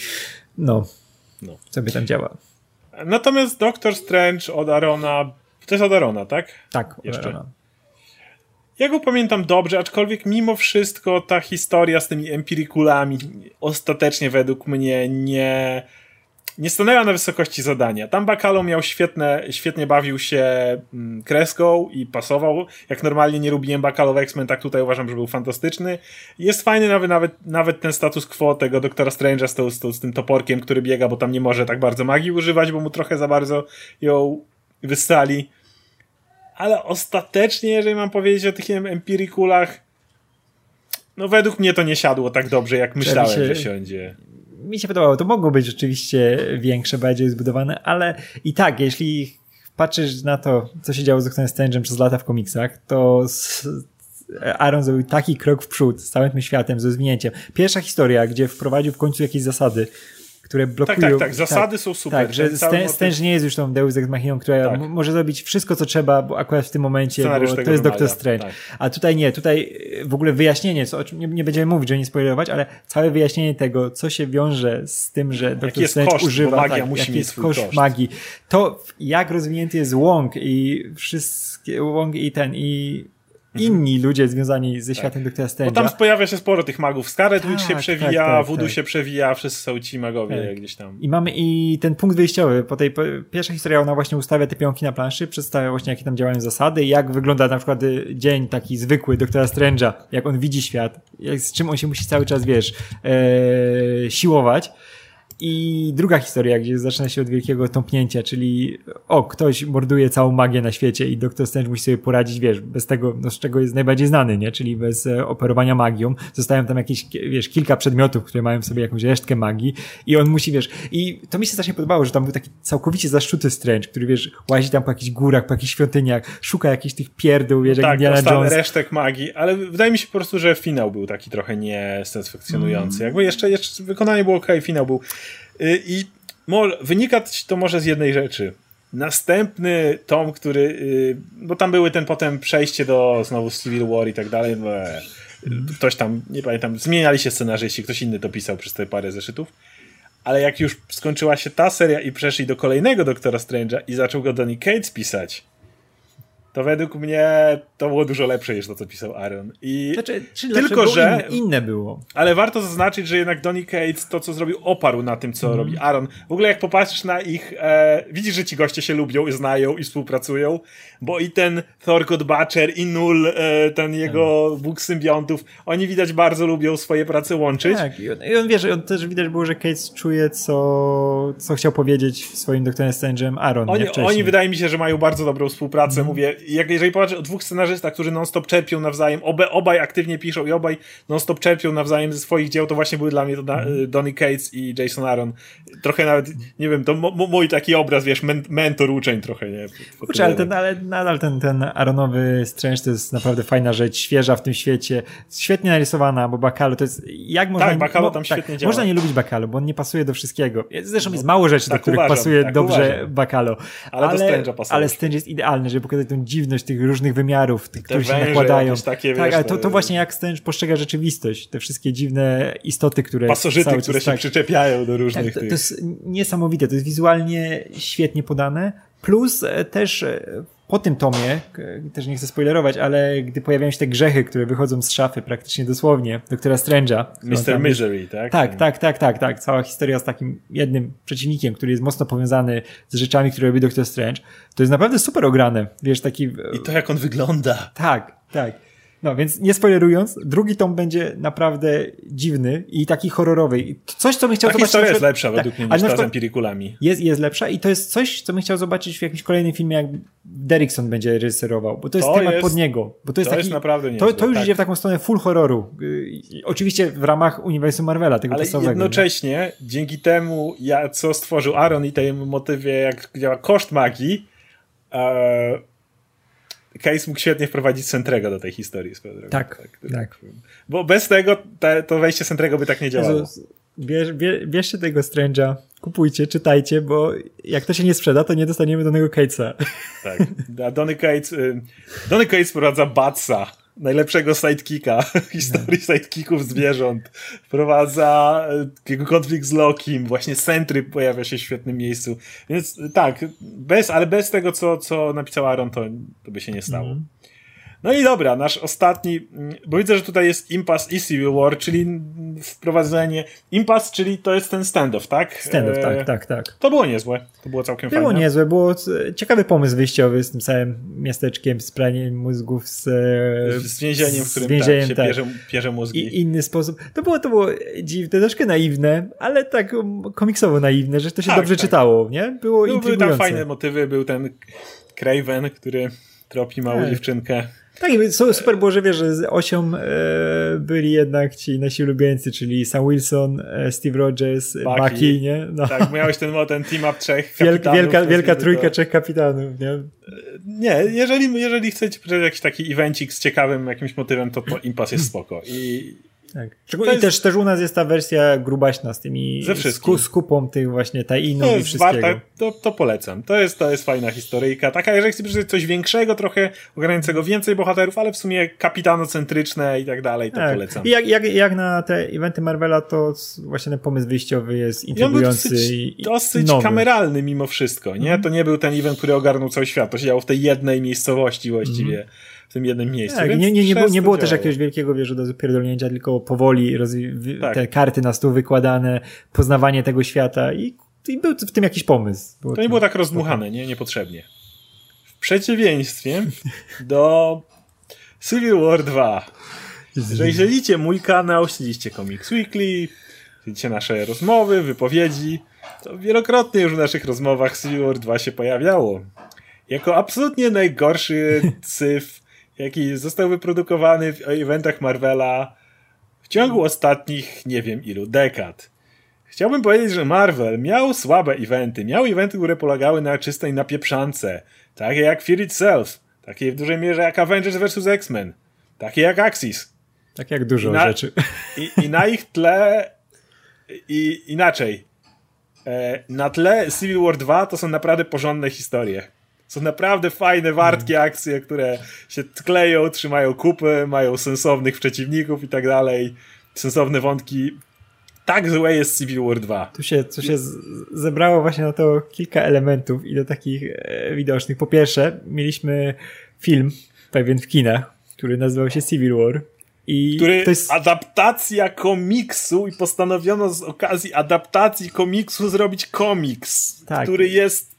sobie tam działa. Natomiast Doctor Strange od Arona, to jest od Arona, tak? Tak, jeszcze. Arona. Ja go pamiętam dobrze, aczkolwiek mimo wszystko ta historia z tymi empirikulami ostatecznie według mnie nie stanęła na wysokości zadania. Tam Bacalo miał świetnie bawił się kreską i pasował. Jak normalnie nie lubiłem Bacalo w X-Men, tak tutaj uważam, że był fantastyczny. Jest fajny nawet ten status quo tego Doktora Strange'a z tym toporkiem, który biega, bo tam nie może tak bardzo magii używać, bo mu trochę za bardzo ją wyssali. Ale ostatecznie, jeżeli mam powiedzieć o tych empirikulach, no według mnie to nie siadło tak dobrze, jak myślałem, że siądzie. Mi się podobało, to mogło być rzeczywiście większe, bardziej zbudowane, ale i tak, jeśli patrzysz na to, co się działo z Doktorem Strange'em przez lata w komiksach, to Aaron zrobił taki krok w przód z całym tym światem, ze zwinięciem. Pierwsza historia, gdzie wprowadził w końcu jakieś zasady, które blokują. Tak. Zasady są super. Tak, że Strange nie jest już tą Deus Ex Machiną, która może zrobić wszystko, co trzeba, bo akurat w tym momencie, bo to jest Doctor Strange. Tak. A tutaj nie, tutaj w ogóle wyjaśnienie, o czym nie będziemy mówić, żeby nie spoilerować, ale całe wyjaśnienie tego, co się wiąże z tym, że Doctor Strange koszt, używa, magia musi mieć jest koszt magii. To jak rozwinięty jest Wong i wszystkie Wong i inni ludzie związani ze światem Doktora Strange'a. Bo tam pojawia się sporo tych magów. Scarlet Witch się przewija, Voodoo się przewija, wszyscy są ci magowie gdzieś tam. I mamy i ten punkt wyjściowy. Pierwsza historia, ona właśnie ustawia te pionki na planszy, przedstawia właśnie, jakie tam działają zasady, jak wygląda na przykład dzień taki zwykły Doktora Strange'a, jak on widzi świat, z czym on się musi cały czas, siłować. I druga historia, gdzie zaczyna się od wielkiego tąpnięcia, czyli ktoś morduje całą magię na świecie i Doktor Strange musi sobie poradzić, bez tego, z czego jest najbardziej znany, nie? Czyli bez operowania magią. Zostają tam jakieś, kilka przedmiotów, które mają w sobie jakąś resztkę magii i on musi, i to mi się strasznie podobało, że tam był taki całkowicie zaszczuty Strange, który, łazi tam po jakichś górach, po jakichś świątyniach, szuka jakichś tych pierdół, jak Indiana Jones. Resztek magii, ale wydaje mi się po prostu, że finał był taki trochę niesatysfakcjonujący. Jakby jeszcze wykonanie było okej, finał był. I wynikać to może z jednej rzeczy. Następny tom, który... Bo tam były potem przejście do znowu Civil War i tak dalej. Ktoś tam, nie pamiętam, zmieniali się scenarzyści, ktoś inny to pisał przez te parę zeszytów. Ale jak już skończyła się ta seria i przeszli do kolejnego Doktora Strange'a i zaczął go Donny Cates pisać, to według mnie to było dużo lepsze niż to, co pisał Aaron. Tylko, że inne było. Ale warto zaznaczyć, że jednak Donny Cates to, co zrobił, oparł na tym, co robi Aaron. W ogóle jak popatrzysz na ich... widzisz, że ci goście się lubią, znają i współpracują, bo i ten Thorgood Butcher i Null, ten jego Bóg symbiontów, oni widać bardzo lubią swoje prace łączyć. Tak, i on on też widać było, że Cates czuje, co chciał powiedzieć w swoim Doktorze Strange'em Aaron. Oni wydaje mi się, że mają bardzo dobrą współpracę. Mówię, jeżeli popatrzysz o dwóch scenarzystach, którzy non-stop czerpią nawzajem, obaj aktywnie piszą i obaj non-stop czerpią nawzajem ze swoich dzieł, to właśnie były dla mnie Donny Cates i Jason Aaron. Trochę nawet, nie wiem, to mój taki obraz, mentor uczeń trochę, nie? Kurczę, ale nadal ten Aaronowy Strange to jest naprawdę fajna rzecz, świeża w tym świecie, świetnie narysowana, bo Bacalo to jest, jak można... Tak, Bacalo tam świetnie działa. Można nie lubić Bacalo, bo on nie pasuje do wszystkiego. Zresztą jest mało rzeczy, do których pasuje dobrze Bacalo. Ale do Strange'a pasuje. Ale Strange jest idealny, żeby pokazać tą dziwność tych różnych wymiarów, które się nakładają. Takie, ale to właśnie jak Strange postrzega rzeczywistość, te wszystkie dziwne istoty, które... Pasożyty, które się przyczepiają do różnych... To jest niesamowite, to jest wizualnie świetnie podane, plus też po tym tomie, też nie chcę spoilerować, ale gdy pojawiają się te grzechy, które wychodzą z szafy praktycznie dosłownie, Doktora Strange'a. Mr. Misery, tak? Tak. Cała historia z takim jednym przeciwnikiem, który jest mocno powiązany z rzeczami, które robi Doktor Strange. To jest naprawdę super ograne. Taki... I to jak on wygląda. Tak. No więc nie spoilerując, drugi tom będzie naprawdę dziwny i taki horrorowy. Coś, co bym chciał zobaczyć... historia jest lepsza według mnie niż ta z Empirikulami. Jest lepsza i to jest coś, co bym chciał zobaczyć w jakimś kolejnym filmie, jak Derrickson będzie reżyserował, bo to jest temat pod niego. Bo to jest naprawdę niezłe, to już idzie w taką stronę full horroru. Oczywiście w ramach uniwersum Marvela, tego ale podstawowego. Ale jednocześnie, dzięki temu, co stworzył Aaron i tej motywie, jak działa koszt magii, Case mógł świetnie wprowadzić Sentrego do tej historii. Tak. Bo bez tego to wejście Sentrego by tak nie działało. Bierzcie tego Strange'a, kupujcie, czytajcie, bo jak to się nie sprzeda, to nie dostaniemy Donnego Catesa. Tak. A Donny Cates wprowadza Batsa, najlepszego sidekicka w historii sidekicków zwierząt. Wprowadza jego konflikt z Lokim, właśnie Sentry pojawia się w świetnym miejscu. Więc tak, ale bez tego, co napisał Aaron, to by się nie stało. No i dobra, nasz ostatni, bo widzę, że tutaj jest Impasse i Civil War, czyli wprowadzenie. Impasse, czyli to jest ten standoff, tak? Standoff, tak. To było niezłe, to było całkiem fajne. Było niezłe, było ciekawy pomysł wyjściowy z tym całym miasteczkiem, z praniem mózgów, z więzieniem, w którym się pierze mózgi. I inny sposób. To było dziwne, troszkę naiwne, ale tak komiksowo naiwne, że to się dobrze czytało, nie? Było intrygujące. Były tam fajne motywy, był ten Craven, który tropi małą dziewczynkę. Tak, super było, że wiesz, że z osią byli jednak ci nasi ulubieńcy, czyli Sam Wilson, Steve Rogers, Bucky, nie? No. Tak, miałeś ten team up trzech kapitanów. Wielka trójka trzech kapitanów, nie? Nie, jeżeli chcecie przeczytać jakiś taki evencik z ciekawym jakimś motywem, to Impasse jest spoko. Tak. I też u nas jest ta wersja grubaśna z tymi z kupą tych właśnie tie-inów i wszystkiego. Warta, to polecam. To jest fajna historyjka. Taka, jeżeli chcesz przeczytać coś większego, trochę ogarniającego więcej bohaterów, ale w sumie kapitanocentryczne i tak dalej, to polecam. I jak na te eventy Marvela, to właśnie ten pomysł wyjściowy jest intrygujący i dosyć nowy. Kameralny mimo wszystko, nie? To nie był ten event, który ogarnął cały świat. To się działo w tej jednej miejscowości właściwie. W tym jednym miejscu. Tak, nie było też jakiegoś wielkiego, wiesz, do pierdolnięcia, tylko powoli te karty na stół wykładane, poznawanie tego świata i był w tym jakiś pomysł. To nie było tak rozdmuchane, niepotrzebnie. W przeciwieństwie do Civil War 2. Jeżeli śledzicie mój kanał, śledzicie Comics Weekly, śledzicie nasze rozmowy, wypowiedzi, to wielokrotnie już w naszych rozmowach Civil War 2 się pojawiało. Jako absolutnie najgorszy syf, jaki został wyprodukowany w eventach Marvela w ciągu ostatnich nie wiem ilu dekad. Chciałbym powiedzieć, że Marvel miał słabe eventy. Miał eventy, które polegały na czystej napieprzance. Takie jak Fear Itself. Takie w dużej mierze jak Avengers vs. X-Men. Takie jak Axis. Tak jak dużo rzeczy. I na ich tle inaczej. Na tle Civil War 2 to są naprawdę porządne historie. Są naprawdę fajne, wartkie akcje, które się kleją, trzymają kupy, mają sensownych przeciwników i tak dalej. Sensowne wątki. Tak złe jest Civil War 2. Tu się zebrało właśnie na to kilka elementów i do takich widocznych. Po pierwsze, mieliśmy film pewien w kinach, który nazywał się Civil War. Który to jest adaptacja komiksu i postanowiono z okazji adaptacji komiksu zrobić komiks, który jest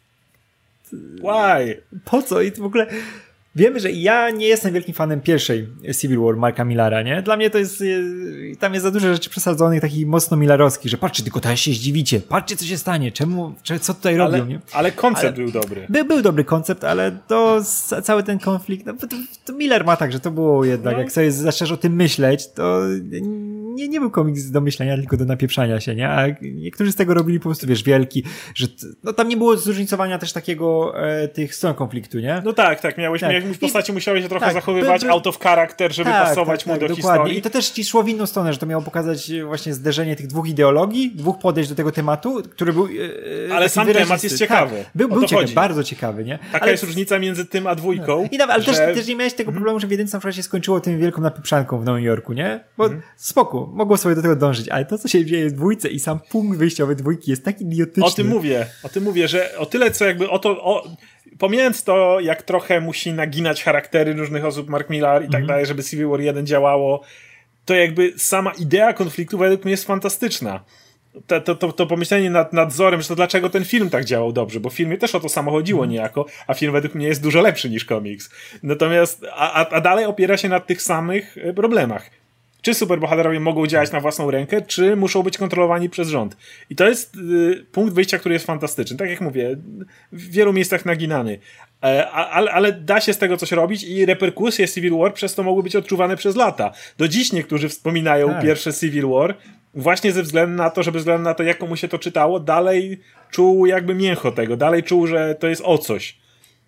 why? Po co? I w ogóle wiemy, że ja nie jestem wielkim fanem pierwszej Civil War Marka Millara, nie? Dla mnie to jest, tam jest za dużo rzeczy przesadzonych, takich mocno millarowskich, że patrzcie, tylko teraz się zdziwicie, patrzcie, co się stanie, co tutaj robią, nie? Ale koncept był dobry. Był dobry koncept, ale cały ten konflikt, to Miller ma tak, że to było jednak, jak sobie zaczniesz o tym myśleć, to nie był komiks do myślenia, tylko do napieprzania się, nie? A niektórzy z tego robili po prostu, wiesz, wielki, że tam nie było zróżnicowania też takiego tych stron konfliktu, nie? No tak, miałeś w postaci musiałeś się trochę zachowywać out of character, żeby pasować mu do dokładnie. historii. I to też ci szło w inną stronę, że to miało pokazać właśnie zderzenie tych dwóch ideologii, dwóch podejść do tego tematu, który był ale sam temat jest ciekawy. Był ciekawy, bardzo ciekawy, nie? Taka jest różnica między tym a dwójką. Ale też nie miałeś tego problemu, że w jedynce na przykład się skończyło tym wielką napieprzanką w Nowym Jorku, nie? Bo spoko, mogło sobie do tego dążyć, ale to, co się dzieje w dwójce i sam punkt wyjściowy dwójki jest tak idiotyczny. O tym mówię, że o tyle, co jakby pomijając to, jak trochę musi naginać charaktery różnych osób Mark Millar i tak dalej, żeby Civil War 1 działało, to jakby sama idea konfliktu według mnie jest fantastyczna. To pomyślenie nad nadzorem, że to dlaczego ten film tak działał dobrze, bo w filmie też o to samo chodziło niejako, a film według mnie jest dużo lepszy niż komiks. Natomiast, a dalej opiera się na tych samych problemach. Czy superbohaterowie mogą działać na własną rękę, czy muszą być kontrolowani przez rząd. I to jest punkt wyjścia, który jest fantastyczny. Tak jak mówię, w wielu miejscach naginany. Ale da się z tego coś robić i reperkusje Civil War przez to mogły być odczuwane przez lata. Do dziś niektórzy wspominają pierwsze Civil War właśnie ze względu na to, jak mu się to czytało, dalej czuł jakby mięcho tego, dalej czuł, że to jest o coś.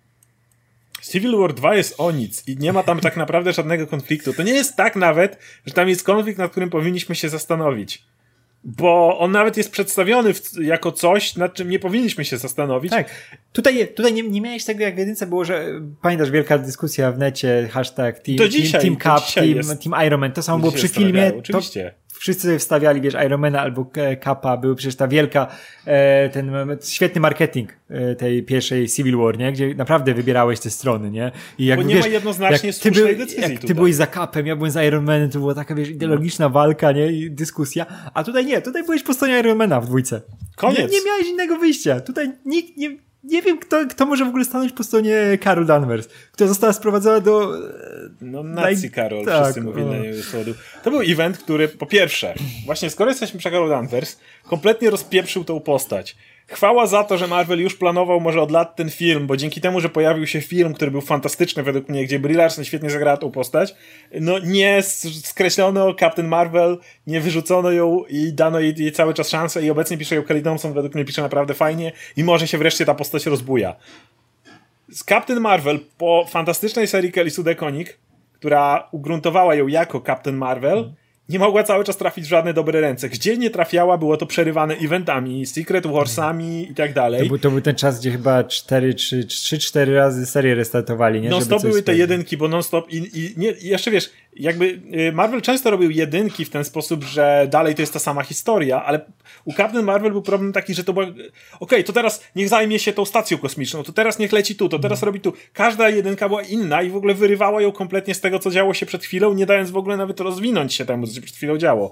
Civil War 2 jest o nic i nie ma tam tak naprawdę żadnego konfliktu. To nie jest tak nawet, że tam jest konflikt, nad którym powinniśmy się zastanowić. Bo on nawet jest przedstawiony jako coś, nad czym nie powinniśmy się zastanowić. Tak. Tutaj nie miałeś tego, jak w jedynce było, że pamiętasz, wielka dyskusja w necie, hashtag Team Cap, Team Iron Man, to samo było przy filmie. Oczywiście. Wszyscy wstawiali, wiesz, Ironmana albo Capa, były przecież ta wielka, ten świetny marketing tej pierwszej Civil War, nie? Gdzie naprawdę wybierałeś te strony, nie? I jak, bo nie ma jednoznacznie słusznej decyzji jak ty byłeś za Capem, ja byłem za Ironmanem, to była taka, wiesz, ideologiczna walka, nie? I dyskusja. A tutaj nie, tutaj byłeś po stronie Ironmana w dwójce. Koniec. Nie miałeś innego wyjścia. Tutaj nikt nie wiem, kto może w ogóle stanąć po stronie Carol Danvers, która została sprowadzona do... Nazi Carol, wszyscy mówili na jej powodu. To był event, który po pierwsze, właśnie skoro jesteśmy przy Carol Danvers, kompletnie rozpieprzył tą postać. Chwała za to, że Marvel już planował może od lat ten film, bo dzięki temu, że pojawił się film, który był fantastyczny według mnie, gdzie Brie Larson świetnie zagrała tą postać, nie skreślono Captain Marvel, nie wyrzucono ją i dano jej cały czas szansę i obecnie pisze ją Kelly Thompson, według mnie pisze naprawdę fajnie i może się wreszcie ta postać rozbuja. Z Captain Marvel po fantastycznej serii Kelly Sue DeConnick, która ugruntowała ją jako Captain Marvel nie mogła cały czas trafić w żadne dobre ręce. Gdzie nie trafiała, było to przerywane eventami, Secret Warsami i tak dalej. To był ten czas, gdzie chyba 3-4 razy serię restartowali, nie? Non-stop były te jedynki, bo non-stop i jeszcze wiesz, jakby Marvel często robił jedynki w ten sposób, że dalej to jest ta sama historia, ale u Captain Marvel był problem taki, że to było okej, to teraz niech zajmie się tą stacją kosmiczną, to teraz niech leci tu, to teraz robi tu. Każda jedynka była inna i w ogóle wyrywała ją kompletnie z tego, co działo się przed chwilą, nie dając w ogóle nawet rozwinąć się temu, co się przed chwilą działo.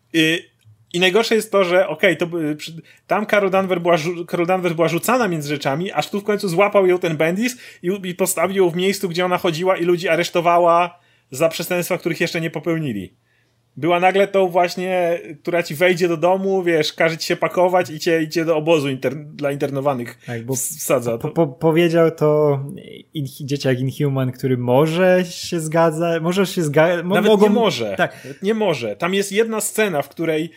I najgorsze jest to, że tam Carol Danvers była rzucana między rzeczami, aż tu w końcu złapał ją ten Bendis i postawił ją w miejscu, gdzie ona chodziła i ludzi aresztowała za przestępstwa, których jeszcze nie popełnili. Była nagle tą właśnie, która ci wejdzie do domu, wiesz, każe ci się pakować i cię do obozu dla internowanych wsadza. Powiedział to dzieciak Inhuman, który może się zgadza. Nawet nie może. Tak. Nie może. Tam jest jedna scena, w której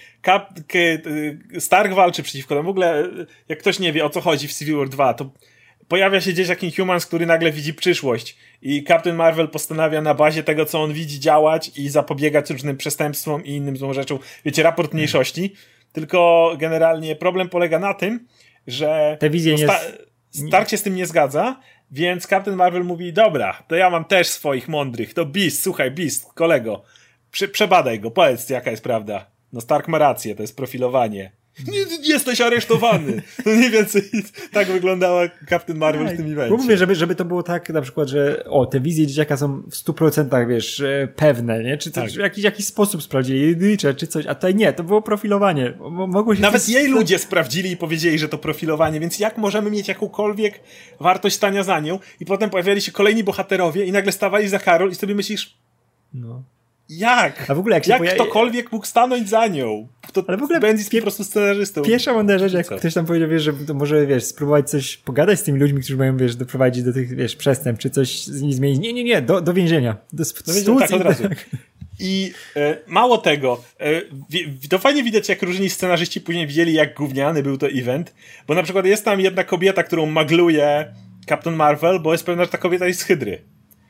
Stark walczy przeciwko temu. W ogóle, jak ktoś nie wie, o co chodzi w Civil War 2, to pojawia się dzieciak Inhumans, który nagle widzi przyszłość i Captain Marvel postanawia na bazie tego, co on widzi, działać i zapobiegać różnym przestępstwom i innym złym rzeczom. Wiecie, raport mniejszości. Tylko generalnie problem polega na tym, że te wizje Stark się z tym nie zgadza, więc Captain Marvel mówi, dobra, to ja mam też swoich mądrych, to Beast, słuchaj Beast, kolego, przebadaj go, powiedz jaka jest prawda. No Stark ma rację, to jest profilowanie. Jesteś aresztowany. No mniej więcej tak wyglądała Captain Marvel w tym evencie. Bo mówię, żeby to było tak na przykład, że te wizje dzieciaka są w 100% wiesz, pewne, nie? Czy coś, w jakiś sposób sprawdzili, czy coś, a tutaj nie, to było profilowanie. Mogło się nawet jej ludzie sprawdzili i powiedzieli, że to profilowanie, więc jak możemy mieć jakąkolwiek wartość stania za nią i potem pojawiali się kolejni bohaterowie i nagle stawali za Karol i sobie myślisz, no. Jak? A w ogóle jak ktokolwiek mógł stanąć za nią? Ale w ogóle Bendis po prostu scenarzystą. Pierwsza mądra rzecz, jak ktoś tam powiedział, wiesz, że to może, wiesz, spróbować coś pogadać z tymi ludźmi, którzy mają, wiesz, doprowadzić do tych, wiesz, przestępstw, czy coś z nimi zmienić. Nie, do więzienia. Do więzienia, tak, od razu. I mało tego, to fajnie widać, jak różni scenarzyści później widzieli, jak gówniany był to event, bo na przykład jest tam jedna kobieta, którą magluje Captain Marvel, bo jest pewna, że ta kobieta jest z Hydry.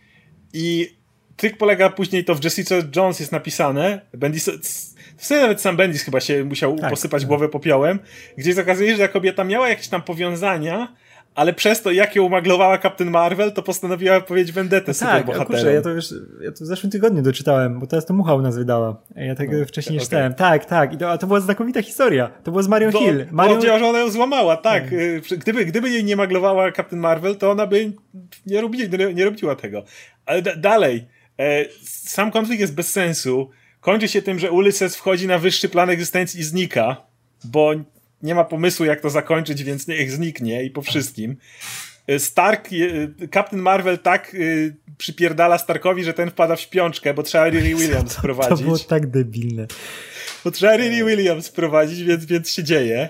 I tryk polega później, to w Jessica Jones jest napisane, Bendis, w sumie nawet sam Bendis chyba się musiał posypać głowę popiołem, gdzie okazuje się, że ta kobieta miała jakieś tam powiązania, ale przez to, jak ją maglowała Captain Marvel, to postanowiła powiedzieć vendetę superbohaterom. Kurczę, ja to w zeszłym tygodniu doczytałem, bo teraz to Mucha u nas wydała. Ja tego wcześniej nie czytałem. Tak. A to była znakomita historia. To było z Marion Hill. Powiedziała, że ona ją złamała, tak. Gdyby jej nie maglowała Captain Marvel, to ona by nie robiła tego. Ale dalej, sam konflikt jest bez sensu. Kończy się tym, że Ulysses wchodzi na wyższy plan egzystencji i znika, bo nie ma pomysłu, jak to zakończyć, więc niech zniknie i po wszystkim. Captain Marvel tak przypierdala Starkowi, że ten wpada w śpiączkę, bo trzeba Riri Williams prowadzić. To było tak debilne. Bo trzeba Riri Williams prowadzić, więc się dzieje.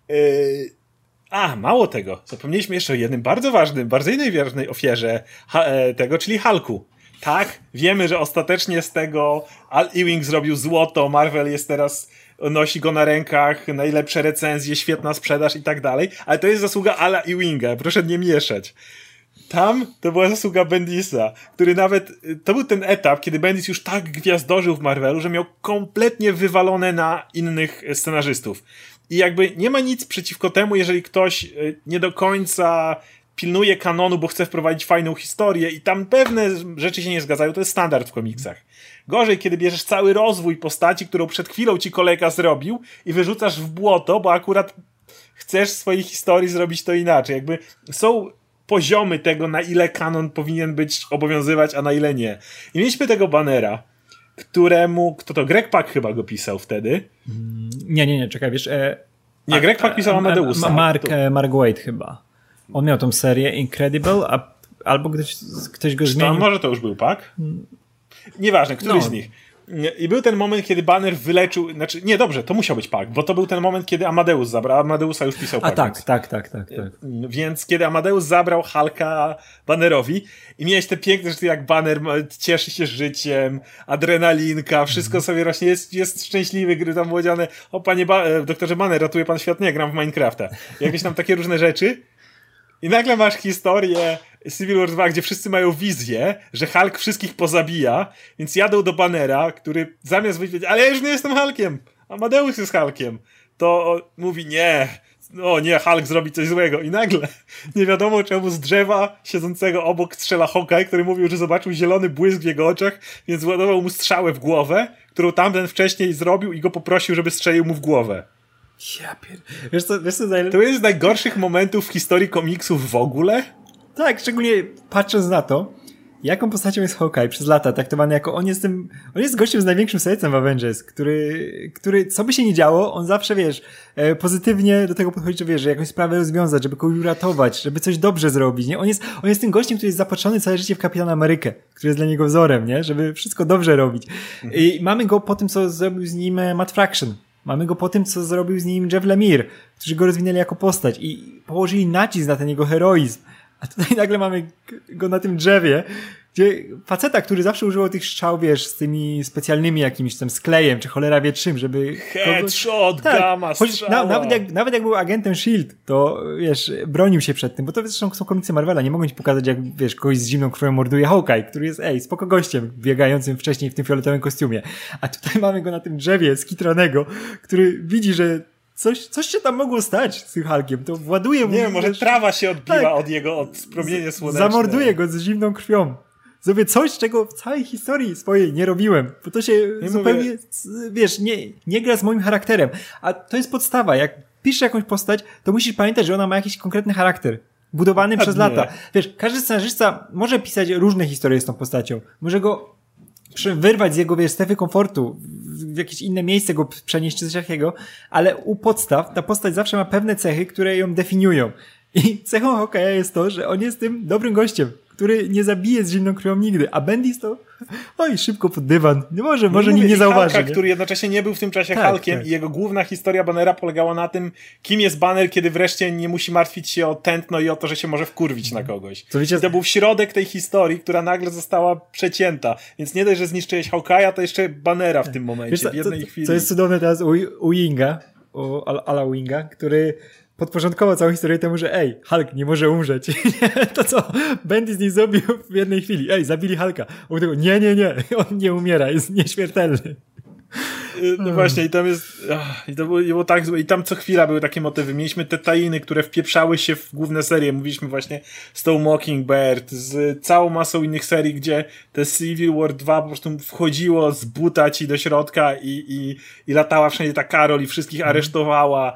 Mało tego. Zapomnieliśmy jeszcze o jednym bardzo innej ważnej ofierze tego, czyli Hulku. Tak, wiemy, że ostatecznie z tego Al Ewing zrobił złoto, Marvel jest teraz, nosi go na rękach, najlepsze recenzje, świetna sprzedaż i tak dalej, ale to jest zasługa Ala Ewinga, proszę nie mieszać. Tam to była zasługa Bendisa, który nawet, to był ten etap, kiedy Bendis już tak gwiazdożył w Marvelu, że miał kompletnie wywalone na innych scenarzystów. I jakby nie ma nic przeciwko temu, jeżeli ktoś nie do końca pilnuje kanonu, bo chce wprowadzić fajną historię i tam pewne rzeczy się nie zgadzają, to jest standard w komiksach. Gorzej, kiedy bierzesz cały rozwój postaci, którą przed chwilą ci kolega zrobił i wyrzucasz w błoto, bo akurat chcesz w swojej historii zrobić to inaczej. Jakby są poziomy tego, na ile kanon powinien obowiązywać, a na ile nie. I mieliśmy tego banera, kto to? Greg Pak chyba go pisał wtedy. Nie, czekaj, wiesz... Greg Pak pisał Amadeusa. Mark Waid chyba. On miał tą serię Incredible, albo ktoś go zmienił. Może to już był Pak? Nieważne, któryś z nich. I był ten moment, kiedy Banner wyleczył, to musiał być Pak, bo to był ten moment, kiedy Amadeus zabrał, Amadeusa już pisał Pak. Tak. Więc kiedy Amadeus zabrał Hulka Bannerowi i miałeś te piękne rzeczy, jak Banner cieszy się życiem, adrenalinka, wszystko sobie rośnie, jest szczęśliwy, gry tam powiedziane, o panie doktorze Banner, ratuje pan świat, nie, gram w Minecrafta. Jakieś tam takie różne rzeczy. I nagle masz historię Civil War 2, gdzie wszyscy mają wizję, że Hulk wszystkich pozabija, więc jadą do Bannera, który zamiast powiedzieć, ale ja już nie jestem Hulkiem, Amadeus jest Hulkiem, to mówi nie, Hulk zrobi coś złego i nagle nie wiadomo czemu z drzewa siedzącego obok strzela Hawkeye, który mówił, że zobaczył zielony błysk w jego oczach, więc władował mu strzałę w głowę, którą tamten wcześniej zrobił i go poprosił, żeby strzelił mu w głowę. Wiesz co to jest z najgorszych momentów w historii komiksów w ogóle? Tak, szczególnie patrząc na to, jaką postacią jest Hawkeye przez lata, traktowany jako on jest gościem z największym sercem w Avengers, który co by się nie działo, on zawsze, wiesz, pozytywnie do tego podchodzi, że wiesz, że jakąś sprawę rozwiązać, żeby kogoś uratować, żeby coś dobrze zrobić, nie? On jest tym gościem, który jest zapatrzony całe życie w Kapitana Amerykę, który jest dla niego wzorem, nie? Żeby wszystko dobrze robić. I mamy go po tym, co zrobił z nim Matt Fraction. Mamy go po tym, co zrobił z nim Jeff Lemire, którzy go rozwinęli jako postać i położyli nacisk na ten jego heroizm. A tutaj nagle mamy go na tym drzewie, gdzie faceta, który zawsze używał tych strzał, wiesz, z tymi specjalnymi jakimiś tam sklejem, czy cholera wie czym, żeby... Headshot, gamma, strzała. Nawet jak był agentem S.H.I.E.L.D., to, wiesz, bronił się przed tym, bo to zresztą są komiksy Marvela, nie mogą ci pokazać, jak, wiesz, kogoś z zimną krwią morduje Hawkeye, który jest, spoko gościem, biegającym wcześniej w tym fioletowym kostiumie. A tutaj mamy go na tym drzewie skitranego, który widzi, że coś się tam mogło stać z tym Hulkiem, to właduje mu... Nie wiem, może trawa się odbiła od promienia słonecznego. Zamorduje go z zimną krwią. Zrobię coś, czego w całej historii swojej nie robiłem, bo to się zupełnie, wiesz, nie gra z moim charakterem. A to jest podstawa. Jak piszesz jakąś postać, to musisz pamiętać, że ona ma jakiś konkretny charakter. Budowany przez lata. Wiesz, każdy scenarzysta może pisać różne historie z tą postacią. Może go wyrwać z jego, wiesz, strefy komfortu, w jakieś inne miejsce go przenieść czy coś takiego, ale u podstaw ta postać zawsze ma pewne cechy, które ją definiują. I cechą Hawkeye'a jest to, że on jest tym dobrym gościem, który nie zabije z zimną krwią nigdy, a Bendis to szybko pod dywan. Może nie zauważy. Hulka, który jednocześnie nie był w tym czasie Hulkiem i jego główna historia Bannera polegała na tym, kim jest Banner, kiedy wreszcie nie musi martwić się o tętno i o to, że się może wkurwić na kogoś. To był środek tej historii, która nagle została przecięta. Więc nie dość, że zniszczyłeś Hawkeye'a, to jeszcze Bannera w tym momencie, w jednej chwili. Co jest cudowne teraz u Winga, Ala Winga, który podporządkował całą historię temu, że Hulk nie może umrzeć. To co Bendis z nim zrobił w jednej chwili. Zabili Hulka. On tego, nie, on nie umiera, jest nieśmiertelny. No właśnie, i tam jest i to było tak złe, i tam co chwila były takie motywy. Mieliśmy te tajny, które wpieprzały się w główne serie. Mówiliśmy właśnie z tą Mockingbird, z całą masą innych serii, gdzie te Civil War 2 po prostu wchodziło z buta ci do środka i latała wszędzie ta Carol i wszystkich aresztowała.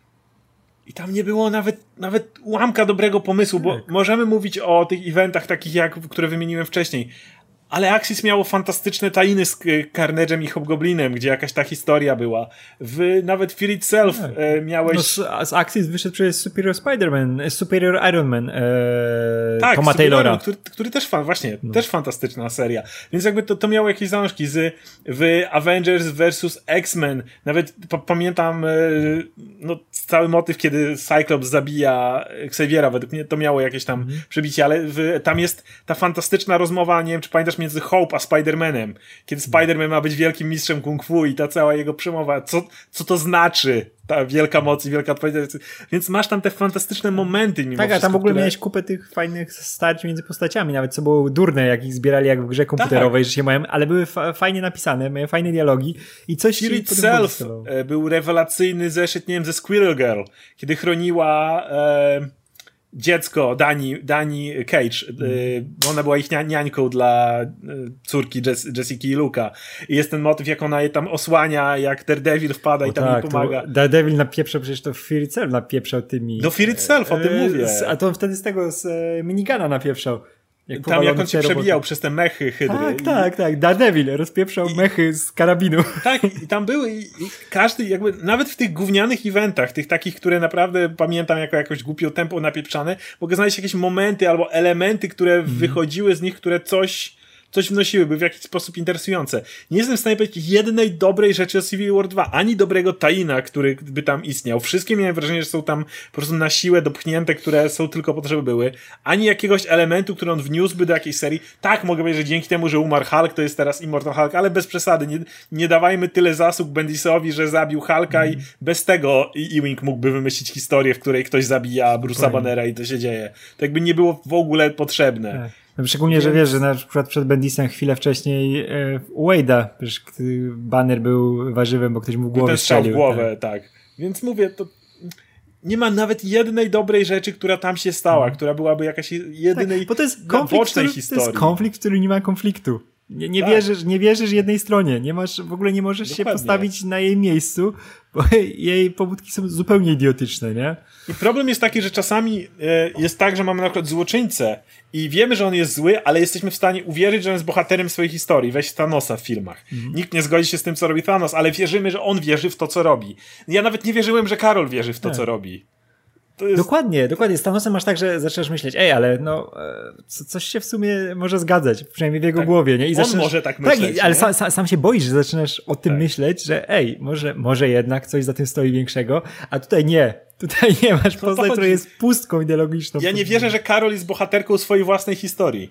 I tam nie było nawet ułamka dobrego pomysłu, bo możemy mówić o tych eventach takich, które wymieniłem wcześniej, ale Axis miało fantastyczne tajny z Carnage'em i Hobgoblinem, gdzie jakaś ta historia była. Nawet Fear Itself miałeś... Z Axis wyszedł przecież Superior Iron Man Toma Taylora. Który też też fantastyczna seria. Więc jakby to miało jakieś zalążki w Avengers vs. X-Men. Nawet pamiętam cały motyw, kiedy Cyclops zabija Xaviera. Według mnie to miało jakieś tam przebicie, ale tam jest ta fantastyczna rozmowa, nie wiem, czy pamiętasz, między Hope a Spider-Manem. Kiedy Spider-Man ma być wielkim mistrzem kung fu i ta cała jego przemowa, co to znaczy? Ta wielka moc i wielka odpowiedzialność. Więc masz tam te fantastyczne momenty mimo wszystko, a tam w ogóle miałeś kupę tych fajnych starć między postaciami, nawet co było durne, jak ich zbierali jak w grze komputerowej, że się mają, ale były fajnie napisane, miały fajne dialogi i coś Fear Itself był rewelacyjny zeszyt, nie wiem, ze Squirrel Girl, kiedy chroniła dziecko Dani Cage. Ona była ich niańką dla córki Jessica i Luke'a. I jest ten motyw, jak ona je tam osłania, jak Daredevil wpada i tam jej pomaga. Daredevil napieprzał, przecież to Fear Itself napieprzał tymi... Do Fear Itself, o tym mówię. A to on wtedy z minigana napieprzał. Jak on się przebijał przez te mechy hydry. Tak. Daredevil rozpieprzał mechy z karabinu. Tak, i tam były i każdy jakby, nawet w tych gównianych eventach, tych takich, które naprawdę pamiętam jako jakoś głupio tempo napieprzane, mogę znaleźć jakieś momenty albo elementy, które wychodziły z nich, które coś coś wnosiły, były w jakiś sposób interesujące. Nie jestem w stanie powiedzieć jednej dobrej rzeczy o Civil War 2, ani dobrego tie-ina, który by tam istniał. Wszystkie miałem wrażenie, że są tam po prostu na siłę dopchnięte, które są tylko po to, żeby były. Ani jakiegoś elementu, który on wniósłby do jakiejś serii. Tak, mogę powiedzieć, że dzięki temu, że umarł Hulk, to jest teraz Immortal Hulk, ale bez przesady. Nie dawajmy tyle zasług Bendisowi, że zabił Hulka i bez tego Ewing mógłby wymyślić historię, w której ktoś zabija Bruce'a Bannera i to się dzieje. To jakby nie było w ogóle potrzebne. Tak. No, szczególnie, że wiesz, że na przykład przed Bendisem chwilę wcześniej u Wade'a, przecież Banner był warzywem, bo ktoś mu w głowę strzelił. W głowę, tak. Więc mówię, to nie ma nawet jednej dobrej rzeczy, która tam się stała, która byłaby jakaś jedynej tak, bo to jest konflikt, historii. To jest konflikt, w którym nie ma konfliktu. Nie wierzysz jednej stronie. W ogóle nie możesz się postawić na jej miejscu, bo jej pobudki są zupełnie idiotyczne, nie? I problem jest taki, że czasami jest tak, że mamy na przykład złoczyńcę i wiemy, że on jest zły, ale jesteśmy w stanie uwierzyć, że on jest bohaterem swojej historii. Weź Thanosa w filmach. Nikt nie zgodzi się z tym, co robi Thanos, ale wierzymy, że on wierzy w to, co robi. Ja nawet nie wierzyłem, że Karol wierzy w to, co robi. To jest... Dokładnie. Z Thanosem masz tak, że zaczynasz myśleć, ale coś się w sumie może zgadzać, przynajmniej w jego głowie, nie? I on może tak myśleć. Tak, ale sam się boisz, że zaczynasz o tym myśleć, że może jednak coś za tym stoi większego, a tutaj nie. Tutaj nie masz postać, która jest pustką ideologiczną. Ja nie wierzę, że Karol jest bohaterką swojej własnej historii.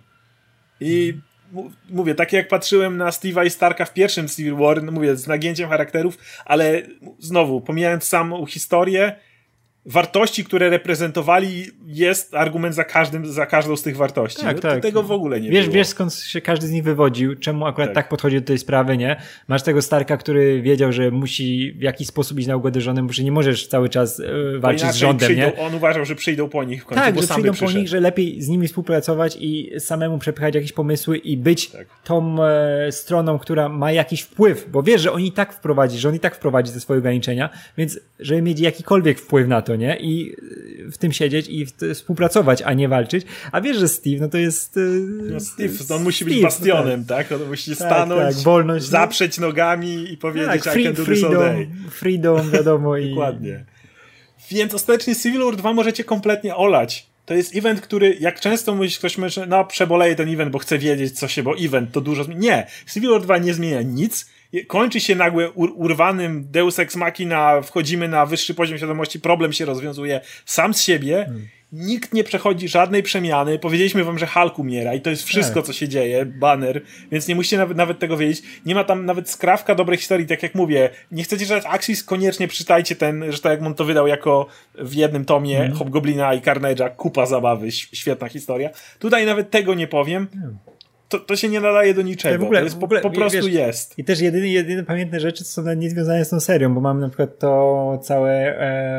I mówię, tak jak patrzyłem na Steve'a i Starka w pierwszym Civil War, mówię, z nagięciem charakterów, ale znowu, pomijając samą historię, wartości, które reprezentowali, jest argument za każdą z tych wartości. Tak. Tego w ogóle nie było. Wiesz, skąd się każdy z nich wywodził, czemu akurat tak podchodzi do tej sprawy, nie? Masz tego Starka, który wiedział, że musi w jakiś sposób iść na ugodę żony, bo że nie możesz cały czas walczyć z rządem, nie? On uważał, że przyjdą po nich w końcu, tak, bo że sam przyjdą po nich, że lepiej z nimi współpracować i samemu przepychać jakieś pomysły i być tą stroną, która ma jakiś wpływ, bo wiesz, że on i tak wprowadzi te swoje ograniczenia, więc żeby mieć jakikolwiek wpływ na to, nie? I w tym siedzieć i współpracować, a nie walczyć. A wiesz, że Steve, to jest... Steve, on musi być bastionem, tak? On musi stanąć, wolność, zaprzeć nogami i powiedzieć I can do this all day. Freedom, wiadomo. Dokładnie. Więc ostatecznie Civil War 2 możecie kompletnie olać. To jest event, który, jak często ktoś myśli, przeboleje ten event, bo chce wiedzieć, co się, bo event to dużo zmienia. Nie, Civil War 2 nie zmienia nic. Kończy się nagle urwanym Deus Ex Machina, wchodzimy na wyższy poziom świadomości, problem się rozwiązuje sam z siebie. Nikt nie przechodzi żadnej przemiany. Powiedzieliśmy wam, że Hulk umiera i to jest wszystko, co się dzieje, Banner, więc nie musicie nawet tego wiedzieć. Nie ma tam nawet skrawka dobrej historii, tak jak mówię. Nie chcecie czytać Axis, koniecznie czytajcie że tak jak on to wydał jako w jednym tomie Hobgoblina i Carnage'a, kupa zabawy, świetna historia. Tutaj nawet tego nie powiem. To się nie nadaje do niczego. To jest po prostu jest. I też jedyne pamiętne rzeczy są niezwiązane z tą serią, bo mamy na przykład to całe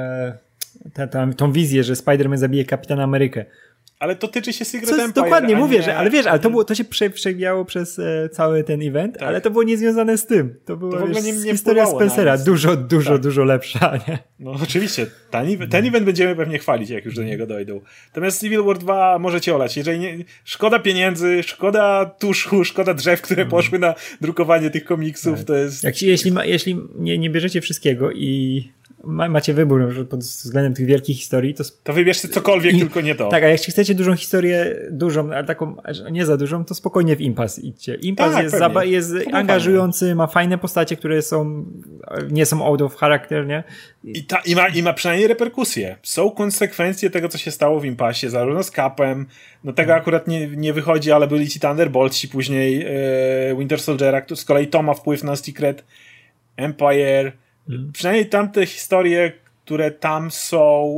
tą wizję, że Spider-Man zabije Kapitana Amerykę. Ale to tyczy się Secret Empire. Dokładnie, mówię, ale to się przebijało przez cały ten event, ale to było niezwiązane z tym. To była historia Spencera. Dużo lepsza, nie? No oczywiście. Ten event będziemy pewnie chwalić, jak już do niego dojdą. Natomiast Civil War 2 możecie olać. Jeżeli nie, szkoda pieniędzy, szkoda tuszu, szkoda drzew, które poszły na drukowanie tych komiksów, to jest... Jeśli nie bierzecie wszystkiego i macie wybór pod względem tych wielkich historii, to wybierzcie cokolwiek, tylko nie to. Tak, a jeśli chcecie dużą historię, ale taką nie za dużą, to spokojnie w Impas idźcie. Impas jest angażujący, ma fajne postacie, które nie są out of character, nie? I ma przynajmniej reperkusje. Są konsekwencje tego, co się stało w Impasie, zarówno z Capem, tego akurat nie wychodzi, ale byli ci Thunderboltsi, później Winter Soldiera, z kolei to ma wpływ na Secret Empire. Przynajmniej tamte historie, które tam są,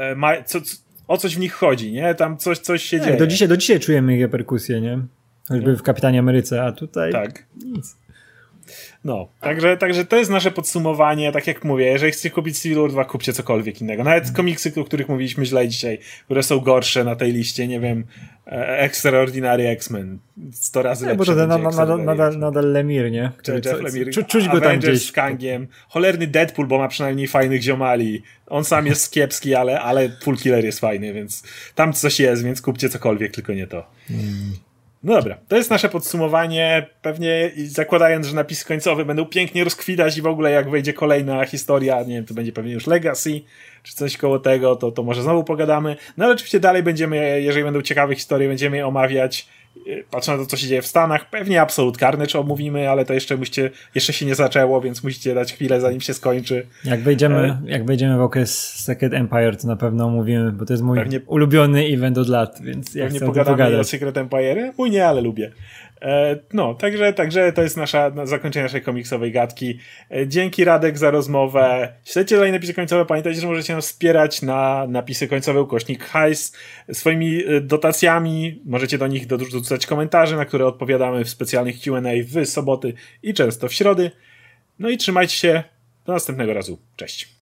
o coś w nich chodzi, nie? Tam coś się dzieje. Do dzisiaj czujemy ich reperkusje, nie? Choćby w Kapitanie Ameryce, a tutaj nic. No, także to jest nasze podsumowanie, tak jak mówię, jeżeli chcecie kupić Civil War 2, kupcie cokolwiek innego. Nawet komiksy, o których mówiliśmy źle dzisiaj, które są gorsze na tej liście, nie wiem, Extraordinary X-Men, 100 razy lepsze. Bo to nadal Lemire, nie? Jeff Lemire. Czuć go tam gdzieś. Z Kangiem. Cholerny Deadpool, bo ma przynajmniej fajnych ziomali. On sam jest kiepski, ale Full Killer jest fajny, więc tam coś jest, więc kupcie cokolwiek, tylko nie to. No dobra, to jest nasze podsumowanie, pewnie zakładając, że napisy końcowe będą pięknie rozkwitać i w ogóle jak wejdzie kolejna historia, nie wiem, to będzie pewnie już Legacy, czy coś koło tego, to może znowu pogadamy. No ale oczywiście dalej będziemy, jeżeli będą ciekawe historie, będziemy je omawiać patrzę na to, co się dzieje w Stanach, pewnie Absolute Carnage omówimy, ale to jeszcze się nie zaczęło, więc musicie dać chwilę, zanim się skończy. Jak wejdziemy w okres Secret Empire, to na pewno omówimy, bo to jest mój ulubiony event od lat, więc jak chcę pogadamy o Secret Empire? Mój nie, ale lubię. No, także to jest zakończenie naszej komiksowej gadki. Dzięki, Radek, za rozmowę. Śledźcie dalej napisy końcowe. Pamiętajcie, że możecie nas wspierać na napisy końcowe /hajs swoimi dotacjami. Możecie do nich dorzucać komentarze, na które odpowiadamy w specjalnych Q&A w soboty i często w środy. No i trzymajcie się. Do następnego razu. Cześć.